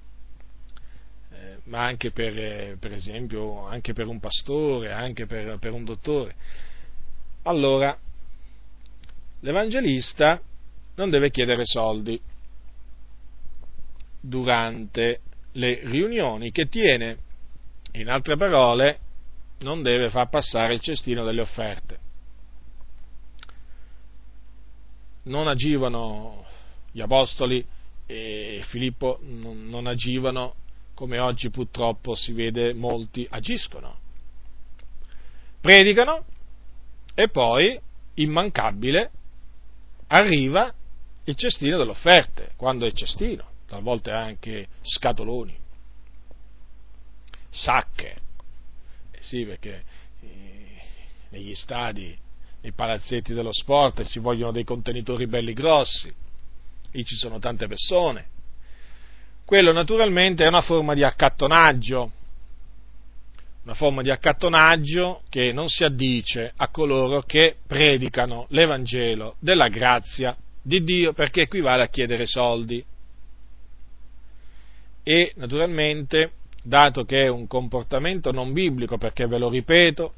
per esempio anche per un pastore, anche per un dottore. Allora, l'evangelista non deve chiedere soldi durante le riunioni che tiene, in altre parole, non deve far passare il cestino delle offerte. Non agivano gli apostoli e Filippo, non agivano come oggi purtroppo si vede molti agiscono. Predicano e poi, immancabile, arriva il cestino delle offerte, quando è cestino, talvolta anche scatoloni, sacche, sì, perché negli stadi, nei palazzetti dello sport ci vogliono dei contenitori belli grossi, lì ci sono tante persone, quello naturalmente è una forma di accattonaggio che non si addice a coloro che predicano l'Evangelo della grazia di Dio, perché equivale a chiedere soldi. E naturalmente, dato che è un comportamento non biblico, perché ve lo ripeto,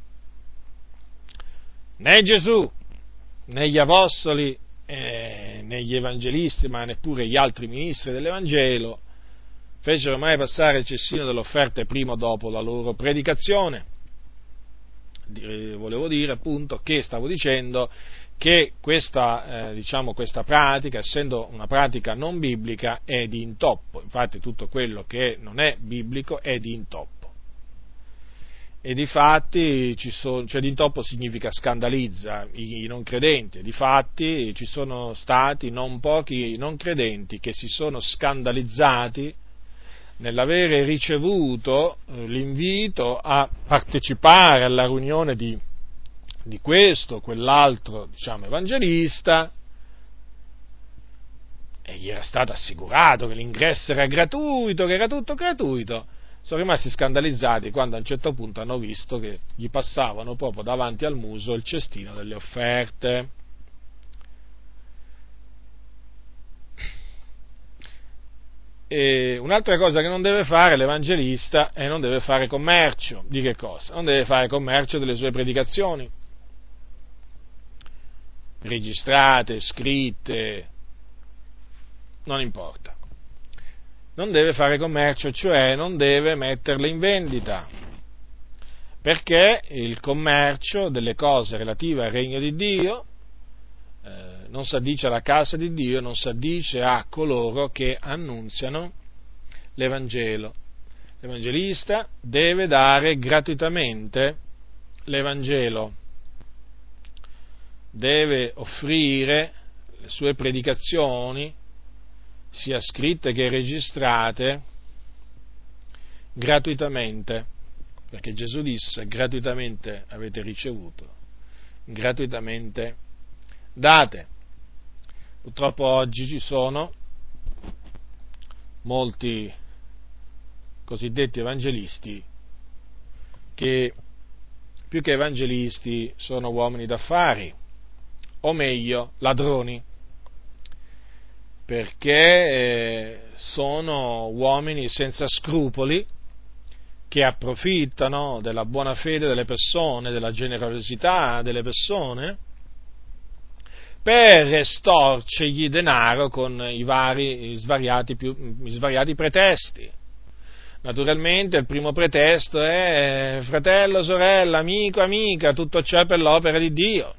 né Gesù, né gli apostoli, né gli evangelisti, ma neppure gli altri ministri dell'Evangelo fecero mai passare il cessino delle offerte prima o dopo la loro predicazione. Volevo dire appunto che stavo dicendo che questa pratica, essendo una pratica non biblica, è di intoppo. Infatti tutto quello che non è biblico è di intoppo. E difatti d'intoppo significa scandalizza i non credenti. Difatti ci sono stati non pochi non credenti che si sono scandalizzati nell'avere ricevuto l'invito a partecipare alla riunione di questo o quell'altro, evangelista, e gli era stato assicurato che l'ingresso era gratuito, che era tutto gratuito. Sono rimasti scandalizzati quando a un certo punto hanno visto che gli passavano proprio davanti al muso il cestino delle offerte. E un'altra cosa che non deve fare l'evangelista è non deve fare commercio. Di che cosa? Non deve fare commercio delle sue predicazioni, registrate, scritte, non importa. Non deve fare commercio, cioè non deve metterle in vendita, perché il commercio delle cose relative al regno di Dio non si addice alla casa di Dio, non si addice a coloro che annunziano l'Evangelo. L'evangelista deve dare gratuitamente l'Evangelo, deve offrire le sue predicazioni, sia scritte che registrate, gratuitamente, perché Gesù disse: gratuitamente avete ricevuto, gratuitamente date. Purtroppo oggi ci sono molti cosiddetti evangelisti che più che evangelisti sono uomini d'affari, o meglio ladroni, perché sono uomini senza scrupoli che approfittano della buona fede delle persone, della generosità delle persone, per estorcergli denaro con i svariati pretesti. Naturalmente il primo pretesto è fratello, sorella, amico, amica, tutto ciò è per l'opera di Dio.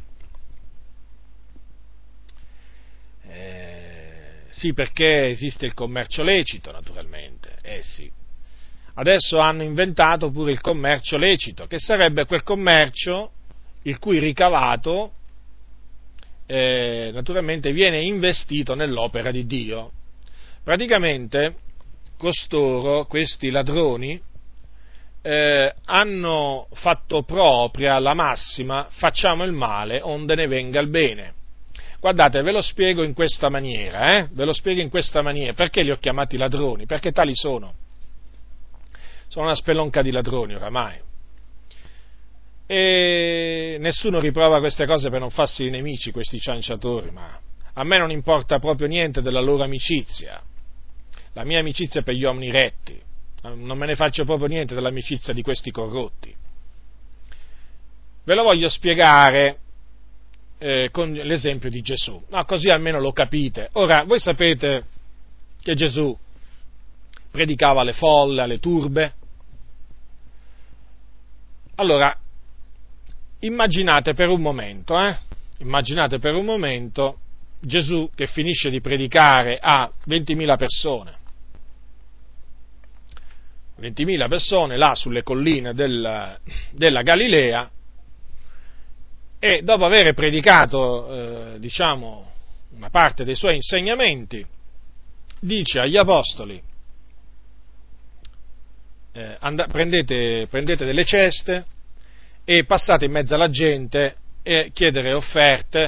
Sì, perché esiste il commercio lecito, naturalmente, sì. Adesso hanno inventato pure il commercio lecito, che sarebbe quel commercio il cui ricavato naturalmente viene investito nell'opera di Dio. Praticamente questi ladroni, hanno fatto propria la massima: facciamo il male onde ne venga il bene. Guardate, ve lo spiego in questa maniera, perché li ho chiamati ladroni? Perché tali sono una spelonca di ladroni oramai. E nessuno riprova queste cose per non farsi nemici, questi cianciatori, ma a me non importa proprio niente della loro amicizia. La mia amicizia è per gli uomini retti, non me ne faccio proprio niente dell'amicizia di questi corrotti. Ve lo voglio spiegare con l'esempio di Gesù, così almeno lo capite. Ora, voi sapete che Gesù predicava alle folle, alle turbe. Allora, immaginate per un momento Gesù che finisce di predicare a 20.000 persone. 20.000 persone là sulle colline della Galilea, e dopo aver predicato una parte dei suoi insegnamenti, dice agli apostoli: prendete delle ceste e passate in mezzo alla gente e chiedere offerte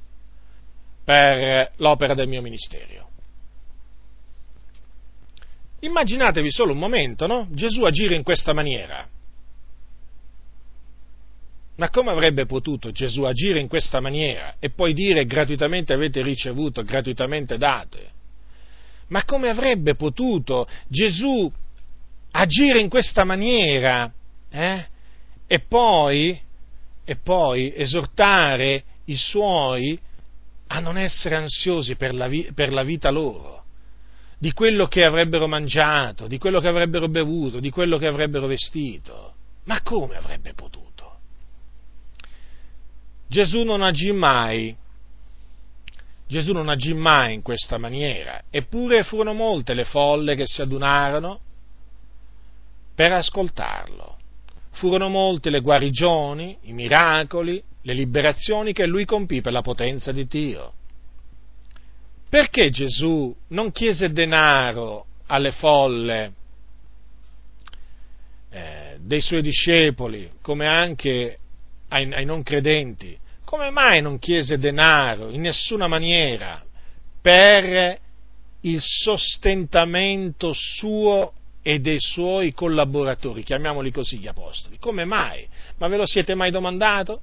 per l'opera del mio ministero. Immaginatevi solo un momento, no? Gesù agire in questa maniera. Ma come avrebbe potuto Gesù agire in questa maniera e poi dire gratuitamente avete ricevuto, gratuitamente date? Ma come avrebbe potuto Gesù agire in questa maniera e poi esortare i suoi a non essere ansiosi per la vita loro, di quello che avrebbero mangiato, di quello che avrebbero bevuto, di quello che avrebbero vestito? Ma come avrebbe potuto? Gesù non agì mai in questa maniera, eppure furono molte le folle che si adunarono per ascoltarlo. Furono molte le guarigioni, i miracoli, le liberazioni che lui compì per la potenza di Dio. Perché Gesù non chiese denaro alle folle dei suoi discepoli, come anche ai non credenti? Come mai non chiese denaro in nessuna maniera per il sostentamento suo e dei suoi collaboratori, chiamiamoli così gli apostoli? Come mai? Ma ve lo siete mai domandato?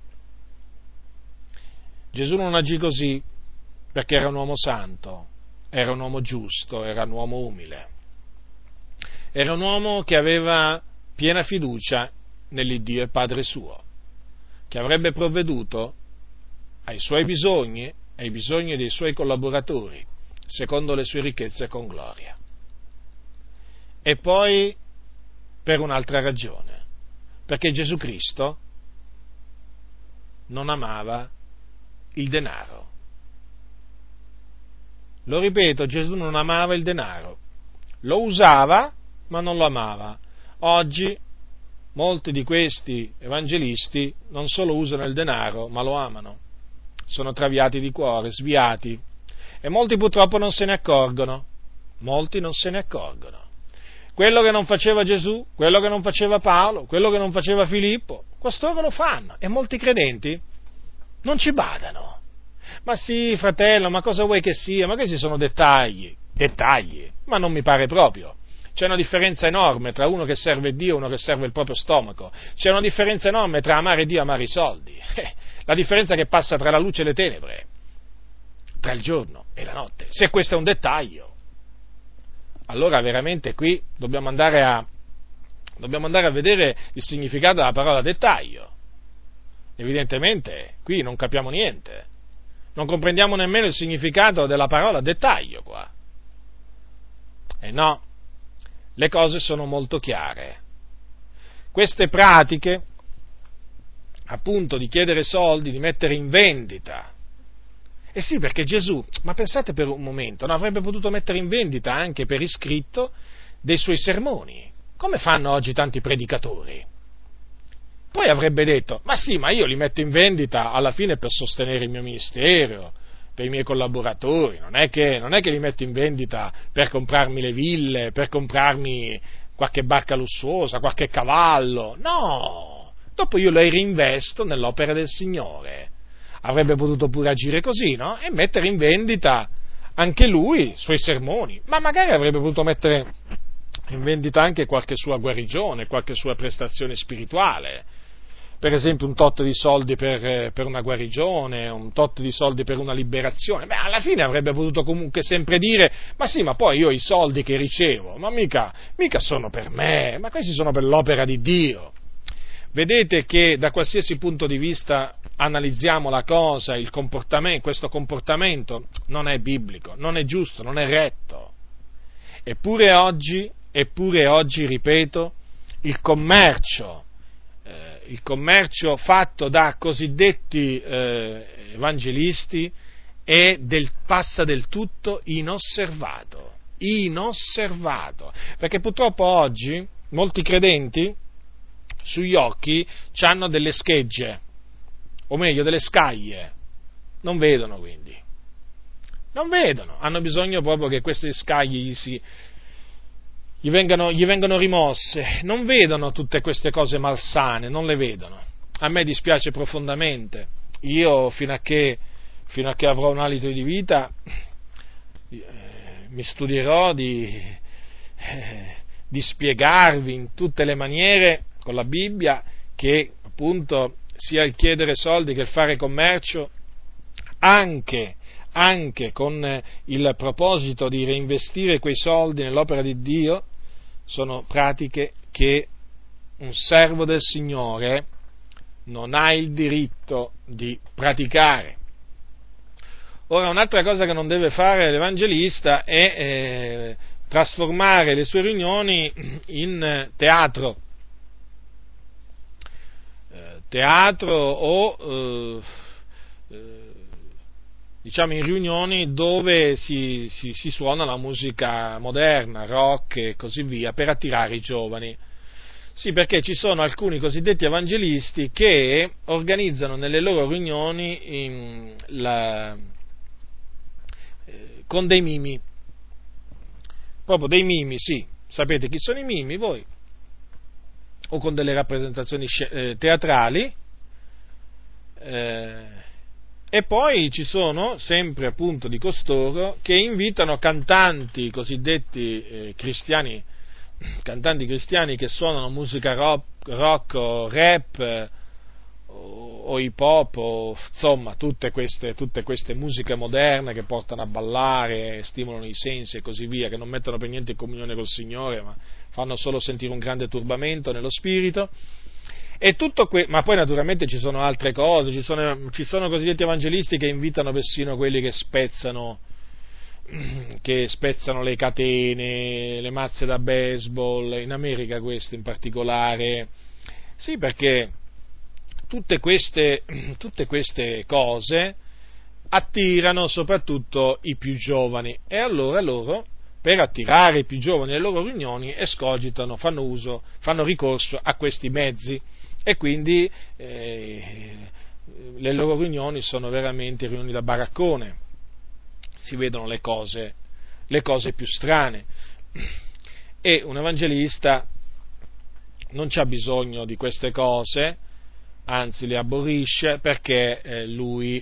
Gesù non agì così perché era un uomo santo, era un uomo giusto, era un uomo umile, era un uomo che aveva piena fiducia nell'Iddio e Padre suo, che avrebbe provveduto ai suoi bisogni e ai bisogni dei suoi collaboratori, secondo le sue ricchezze con gloria. E poi per un'altra ragione, perché Gesù Cristo non amava il denaro. Lo ripeto, Gesù non amava il denaro, lo usava ma non lo amava. Oggi molti di questi evangelisti non solo usano il denaro, ma lo amano. Sono traviati di cuore, sviati, e molti purtroppo non se ne accorgono. Quello che non faceva Gesù, quello che non faceva Paolo, quello che non faceva Filippo, costoro lo fanno, e molti credenti non ci badano. Ma sì, fratello, ma cosa vuoi che sia? Ma questi sono dettagli, ma non mi pare proprio. C'è una differenza enorme tra uno che serve Dio e uno che serve il proprio stomaco. C'è una differenza enorme tra amare Dio e amare i soldi. La differenza che passa tra la luce e le tenebre, tra il giorno e la notte. Se questo è un dettaglio, allora veramente qui dobbiamo andare a vedere il significato della parola dettaglio. Evidentemente qui non capiamo niente. Non comprendiamo nemmeno il significato della parola dettaglio qua. E no, le cose sono molto chiare. Queste pratiche, appunto, di chiedere soldi, di mettere in vendita. E sì, perché Gesù, ma pensate per un momento, avrebbe potuto mettere in vendita anche per iscritto dei suoi sermoni, come fanno oggi tanti predicatori. Poi avrebbe detto, ma sì, ma io li metto in vendita alla fine per sostenere il mio ministero, per i miei collaboratori, non è che li metto in vendita per comprarmi le ville, per comprarmi qualche barca lussuosa, qualche cavallo, no, dopo io le reinvesto nell'opera del Signore. Avrebbe potuto pure agire così, no? E mettere in vendita anche lui i suoi sermoni, ma magari avrebbe potuto mettere in vendita anche qualche sua guarigione, qualche sua prestazione spirituale. Per esempio un tot di soldi per una guarigione, un tot di soldi per una liberazione. Beh, alla fine avrebbe potuto comunque sempre dire, ma sì, ma poi io i soldi che ricevo, ma mica sono per me, ma questi sono per l'opera di Dio. Vedete che da qualsiasi punto di vista analizziamo la cosa, questo comportamento non è biblico, non è giusto, non è retto. Eppure oggi, ripeto, il commercio fatto da cosiddetti evangelisti passa del tutto inosservato, perché purtroppo oggi molti credenti sugli occhi hanno delle schegge, o meglio delle scaglie, non vedono, hanno bisogno proprio che queste scaglie gli vengano rimosse, non vedono tutte queste cose malsane, non le vedono. A me dispiace profondamente, io fino a che avrò un alito di vita mi studierò di di spiegarvi in tutte le maniere con la Bibbia che appunto sia il chiedere soldi che il fare commercio, anche con il proposito di reinvestire quei soldi nell'opera di Dio, sono pratiche che un servo del Signore non ha il diritto di praticare. Ora, un'altra cosa che non deve fare l'evangelista è trasformare le sue riunioni in teatro o diciamo in riunioni dove si suona la musica moderna, rock e così via, per attirare i giovani. Sì, perché ci sono alcuni cosiddetti evangelisti che organizzano nelle loro riunioni con dei mimi, proprio dei mimi, sì, sapete chi sono i mimi voi? O con delle rappresentazioni teatrali, e poi ci sono sempre appunto di costoro che invitano cantanti cosiddetti cristiani, cantanti cristiani che suonano musica rock o rap o hip hop, o insomma tutte queste musiche moderne che portano a ballare, stimolano i sensi e così via, che non mettono per niente in comunione col Signore, ma fanno solo sentire un grande turbamento nello spirito. E ma poi naturalmente ci sono altre cose, ci sono cosiddetti evangelisti che invitano persino quelli che spezzano le catene, le mazze da baseball, in America questo in particolare. Sì, perché tutte queste cose attirano soprattutto i più giovani, e allora loro, per attirare i più giovani alle loro riunioni, escogitano, fanno ricorso a questi mezzi, e quindi le loro riunioni sono veramente riunioni da baraccone, si vedono le cose più strane, e un evangelista non c'ha bisogno di queste cose, anzi le aborrisce, perché lui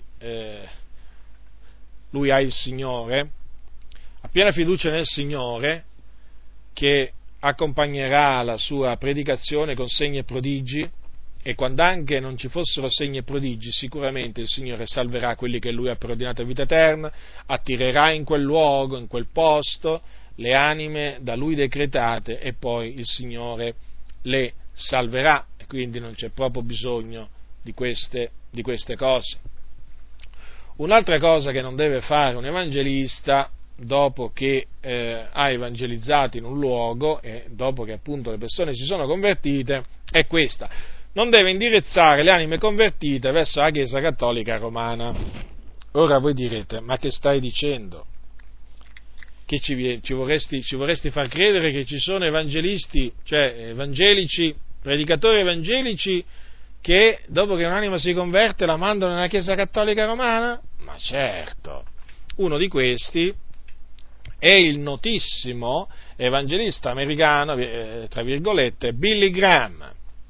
ha il Signore, ha piena fiducia nel Signore, che accompagnerà la sua predicazione con segni e prodigi, e quando anche non ci fossero segni e prodigi, sicuramente il Signore salverà quelli che Lui ha preordinato a vita eterna, attirerà in quel luogo, in quel posto, le anime da Lui decretate, e poi il Signore le salverà, e quindi non c'è proprio bisogno di queste cose. Un'altra cosa che non deve fare un evangelista, dopo che ha evangelizzato in un luogo e dopo che appunto le persone si sono convertite, è questa: non deve indirizzare le anime convertite verso la Chiesa Cattolica Romana. Ora voi direte: ma che stai dicendo? Che ci vorresti far credere che ci sono evangelisti, cioè evangelici, predicatori evangelici, che dopo che un'anima si converte la mandano nella Chiesa Cattolica Romana? Ma certo! Uno di questi è il notissimo evangelista americano, tra virgolette, Billy Graham.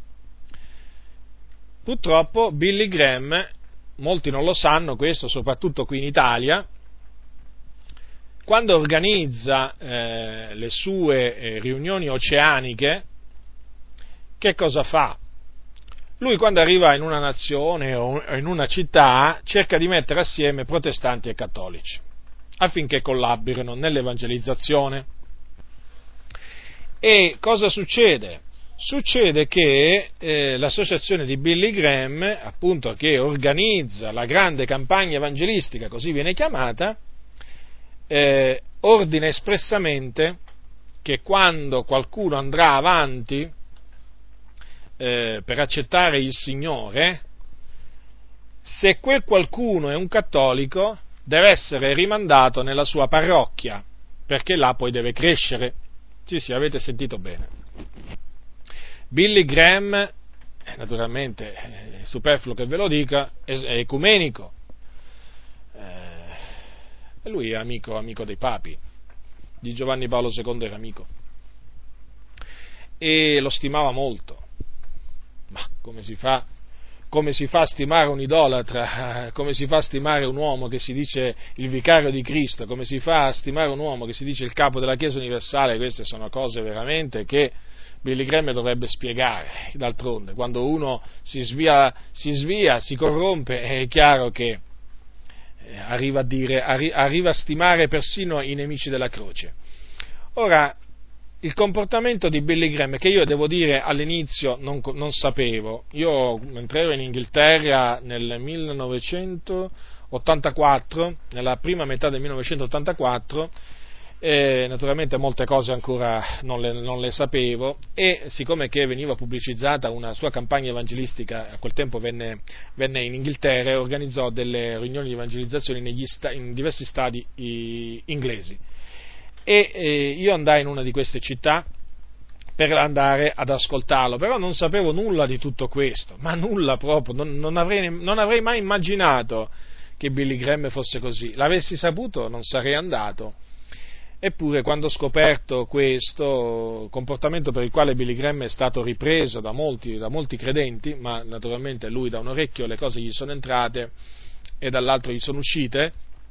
Purtroppo Billy Graham, molti non lo sanno questo, soprattutto qui in Italia, quando organizza le sue riunioni oceaniche, che cosa fa? Lui, quando arriva in una nazione o in una città, cerca di mettere assieme protestanti e cattolici, affinché collaborino nell'evangelizzazione. E cosa succede? Succede che l'associazione di Billy Graham, appunto, che organizza la grande campagna evangelistica, così viene chiamata, ordina espressamente che quando qualcuno andrà avanti per accettare il Signore, se quel qualcuno è un cattolico, deve essere rimandato nella sua parrocchia, perché là poi deve crescere. Sì, avete sentito bene. Billy Graham, naturalmente, è superfluo che ve lo dica, è ecumenico. Lui è amico dei papi, di Giovanni Paolo II era amico, e lo stimava molto. Ma come si fa come si fa a stimare un idolatra, come si fa a stimare un uomo che si dice il vicario di Cristo, come si fa a stimare un uomo che si dice il capo della Chiesa universale. Queste sono cose veramente che Billy Graham dovrebbe spiegare. D'altronde, quando uno si svia, si corrompe, è chiaro che arriva a stimare persino i nemici della croce. Ora, il comportamento di Billy Graham, che io devo dire all'inizio non sapevo, io mentre ero in Inghilterra nel 1984, nella prima metà del 1984, naturalmente molte cose ancora non le sapevo, e siccome che veniva pubblicizzata una sua campagna evangelistica, a quel tempo venne in Inghilterra e organizzò delle riunioni di evangelizzazione in diversi stati inglesi. E io andai in una di queste città per andare ad ascoltarlo, però non sapevo nulla di tutto questo, ma nulla proprio, non avrei mai immaginato che Billy Graham fosse così. L'avessi saputo non sarei andato. Eppure, quando ho scoperto questo comportamento per il quale Billy Graham è stato ripreso da molti credenti, ma naturalmente lui da un orecchio le cose gli sono entrate e dall'altro gli sono uscite,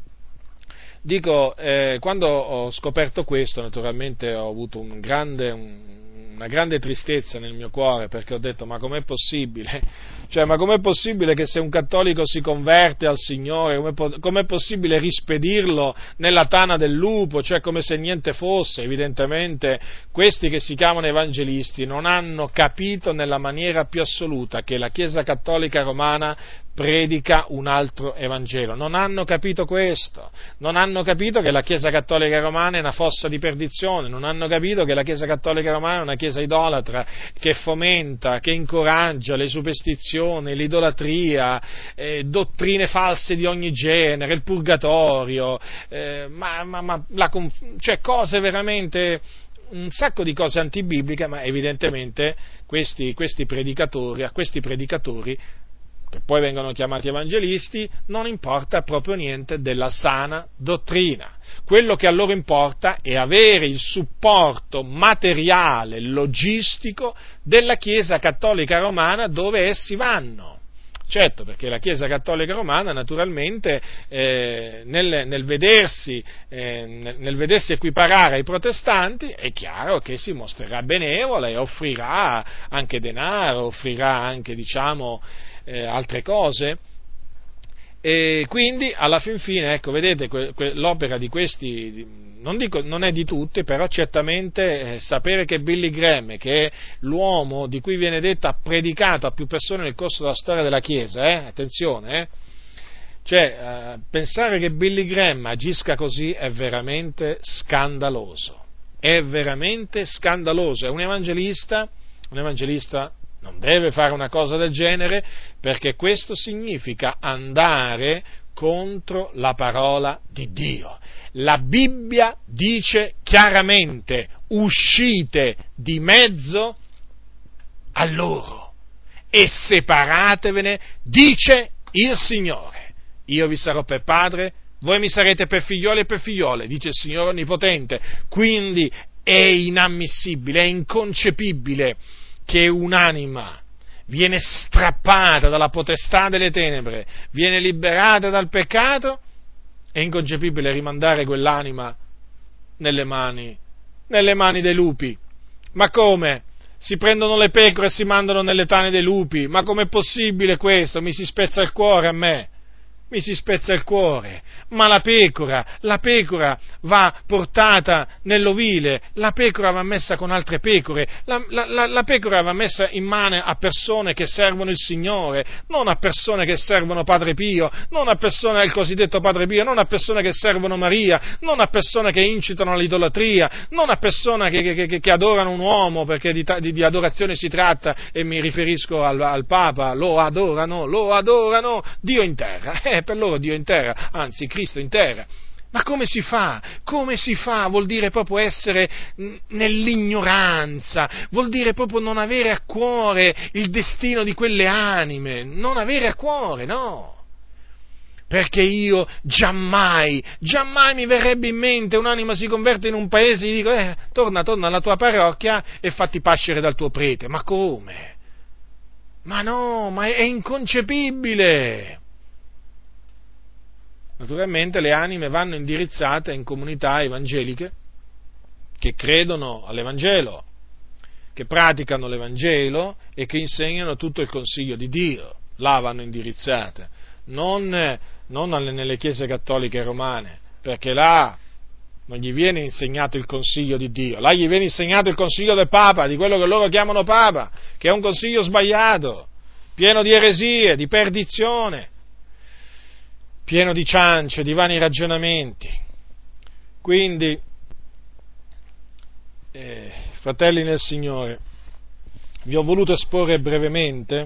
quando ho scoperto questo, naturalmente ho avuto una grande tristezza nel mio cuore, perché ho detto: ma com'è possibile? Ma com'è possibile che se un cattolico si converte al Signore, com'è possibile rispedirlo nella tana del lupo, cioè come se niente fosse? Evidentemente questi che si chiamano evangelisti non hanno capito nella maniera più assoluta che la Chiesa Cattolica Romana predica un altro Evangelo. Non hanno capito questo, non hanno capito che la Chiesa Cattolica Romana è una fossa di perdizione, non hanno capito che la Chiesa Cattolica Romana è una Chiesa idolatra, che fomenta, che incoraggia le superstizioni, l'idolatria, dottrine false di ogni genere, il purgatorio, cioè cose veramente, un sacco di cose antibibliche, ma evidentemente questi predicatori, a questi predicatori, che poi vengono chiamati evangelisti, non importa proprio niente della sana dottrina. Quello che a loro importa è avere il supporto materiale, logistico della Chiesa Cattolica Romana dove essi vanno. Certo, perché la Chiesa Cattolica Romana naturalmente nel vedersi equiparare ai protestanti è chiaro che si mostrerà benevola e offrirà anche denaro, offrirà anche altre cose, e quindi alla fin fine, ecco, vedete, l'opera di questi, non è di tutti, però certamente sapere che Billy Graham, che è l'uomo di cui viene detto ha predicato a più persone nel corso della storia della Chiesa, attenzione, pensare che Billy Graham agisca così è veramente scandaloso, è un evangelista non deve fare una cosa del genere, perché questo significa andare contro la parola di Dio. La Bibbia dice chiaramente: uscite di mezzo a loro e separatevene, dice il Signore. Io vi sarò per padre, voi mi sarete per figlioli e per figliole, dice il Signore Onnipotente. Quindi è inammissibile, è inconcepibile che un'anima viene strappata dalla potestà delle tenebre, viene liberata dal peccato, è inconcepibile rimandare quell'anima nelle mani dei lupi. Ma come? Si prendono le pecore e si mandano nelle tane dei lupi? Ma com'è possibile questo? Mi si spezza il cuore a me. Mi si spezza il cuore, ma la pecora va portata nell'ovile, la pecora va messa con altre pecore, la pecora va messa in mano a persone che servono il Signore, non a persone che servono Padre Pio, non a persone del cosiddetto Padre Pio, non a persone che servono Maria, non a persone che incitano all'idolatria, non a persone che adorano un uomo, perché di adorazione si tratta, e mi riferisco al Papa, lo adorano, Dio in terra. Per loro Dio in terra, anzi Cristo in terra. Ma come si fa? Come si fa? Vuol dire proprio essere nell'ignoranza, vuol dire proprio non avere a cuore il destino di quelle anime, non avere a cuore, no. Perché io giammai mi verrebbe in mente un'anima si converte in un paese e gli dico: torna alla tua parrocchia e fatti pascere dal tuo prete. Ma come? Ma no, ma è inconcepibile! Naturalmente le anime vanno indirizzate in comunità evangeliche che credono all'Evangelo, che praticano l'Evangelo e che insegnano tutto il consiglio di Dio. Là vanno indirizzate, non nelle chiese cattoliche romane, perché là non gli viene insegnato il consiglio di Dio, là gli viene insegnato il consiglio del Papa, di quello che loro chiamano Papa, che è un consiglio sbagliato, pieno di eresie, di perdizione, pieno di ciance, di vani ragionamenti. Quindi, fratelli nel Signore, vi ho voluto esporre brevemente,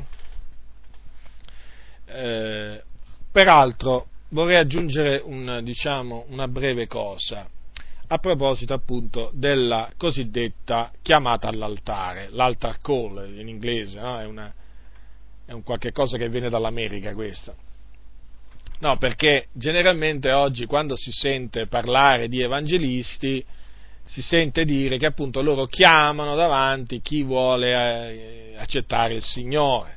peraltro vorrei aggiungere una breve cosa a proposito appunto della cosiddetta chiamata all'altare, l'altar call in inglese, no? È un qualche cosa che viene dall'America questo. No, perché generalmente oggi quando si sente parlare di evangelisti si sente dire che appunto loro chiamano davanti chi vuole accettare il Signore.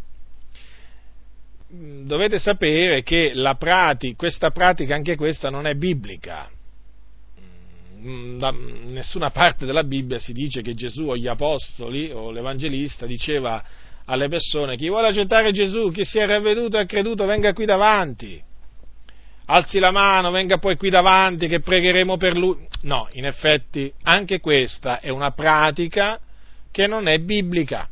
Dovete sapere che questa pratica, anche questa, non è biblica. Da nessuna parte della Bibbia si dice che Gesù o gli apostoli o l'evangelista diceva alle persone: chi vuole accettare Gesù, chi si è ravveduto e ha creduto, venga qui davanti, alzi la mano, venga poi qui davanti che pregheremo per lui. No, in effetti anche questa è una pratica che non è biblica.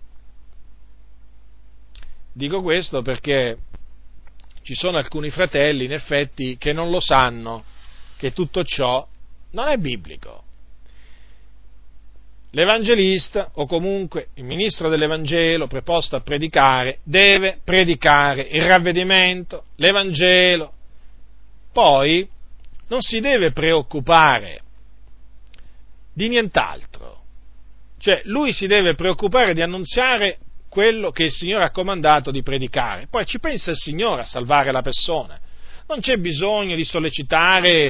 Dico questo perché ci sono alcuni fratelli, in effetti, che non lo sanno, che tutto ciò non è biblico. L'evangelista, o comunque il ministro dell'Evangelo preposto a predicare, deve predicare il ravvedimento, l'Evangelo. Poi non si deve preoccupare di nient'altro. Cioè, lui si deve preoccupare di annunziare quello che il Signore ha comandato di predicare. Poi ci pensa il Signore a salvare la persona. Non c'è bisogno di sollecitare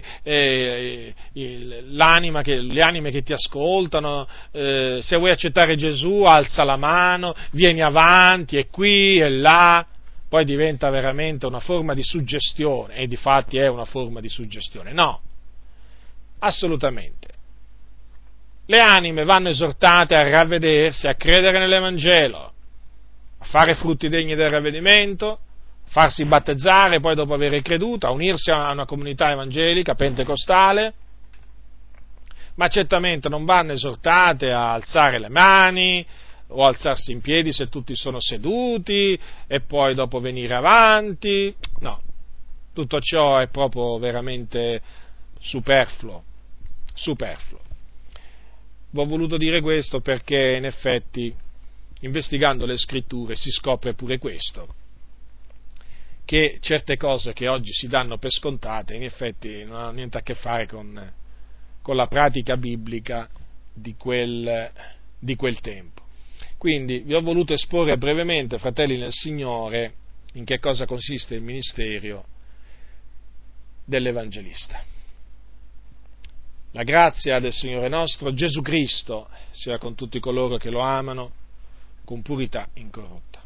le anime che ti ascoltano, se vuoi accettare Gesù alza la mano, vieni avanti, è qui e là. Poi diventa veramente una forma di suggestione, e difatti è una forma di suggestione. No, assolutamente. Le anime vanno esortate a ravvedersi, a credere nell'Evangelo, a fare frutti degni del ravvedimento, farsi battezzare poi dopo aver creduto, a unirsi a una comunità evangelica pentecostale, ma certamente non vanno esortate a alzare le mani o alzarsi in piedi se tutti sono seduti e poi dopo venire avanti. No, tutto ciò è proprio veramente superfluo. Ho voluto dire questo perché in effetti, investigando le scritture, si scopre pure questo, che certe cose che oggi si danno per scontate in effetti non hanno niente a che fare con la pratica biblica di quel tempo. Quindi vi ho voluto esporre brevemente, fratelli nel Signore, in che cosa consiste il ministero dell'Evangelista. La grazia del Signore nostro Gesù Cristo sia con tutti coloro che lo amano con purità incorrotta.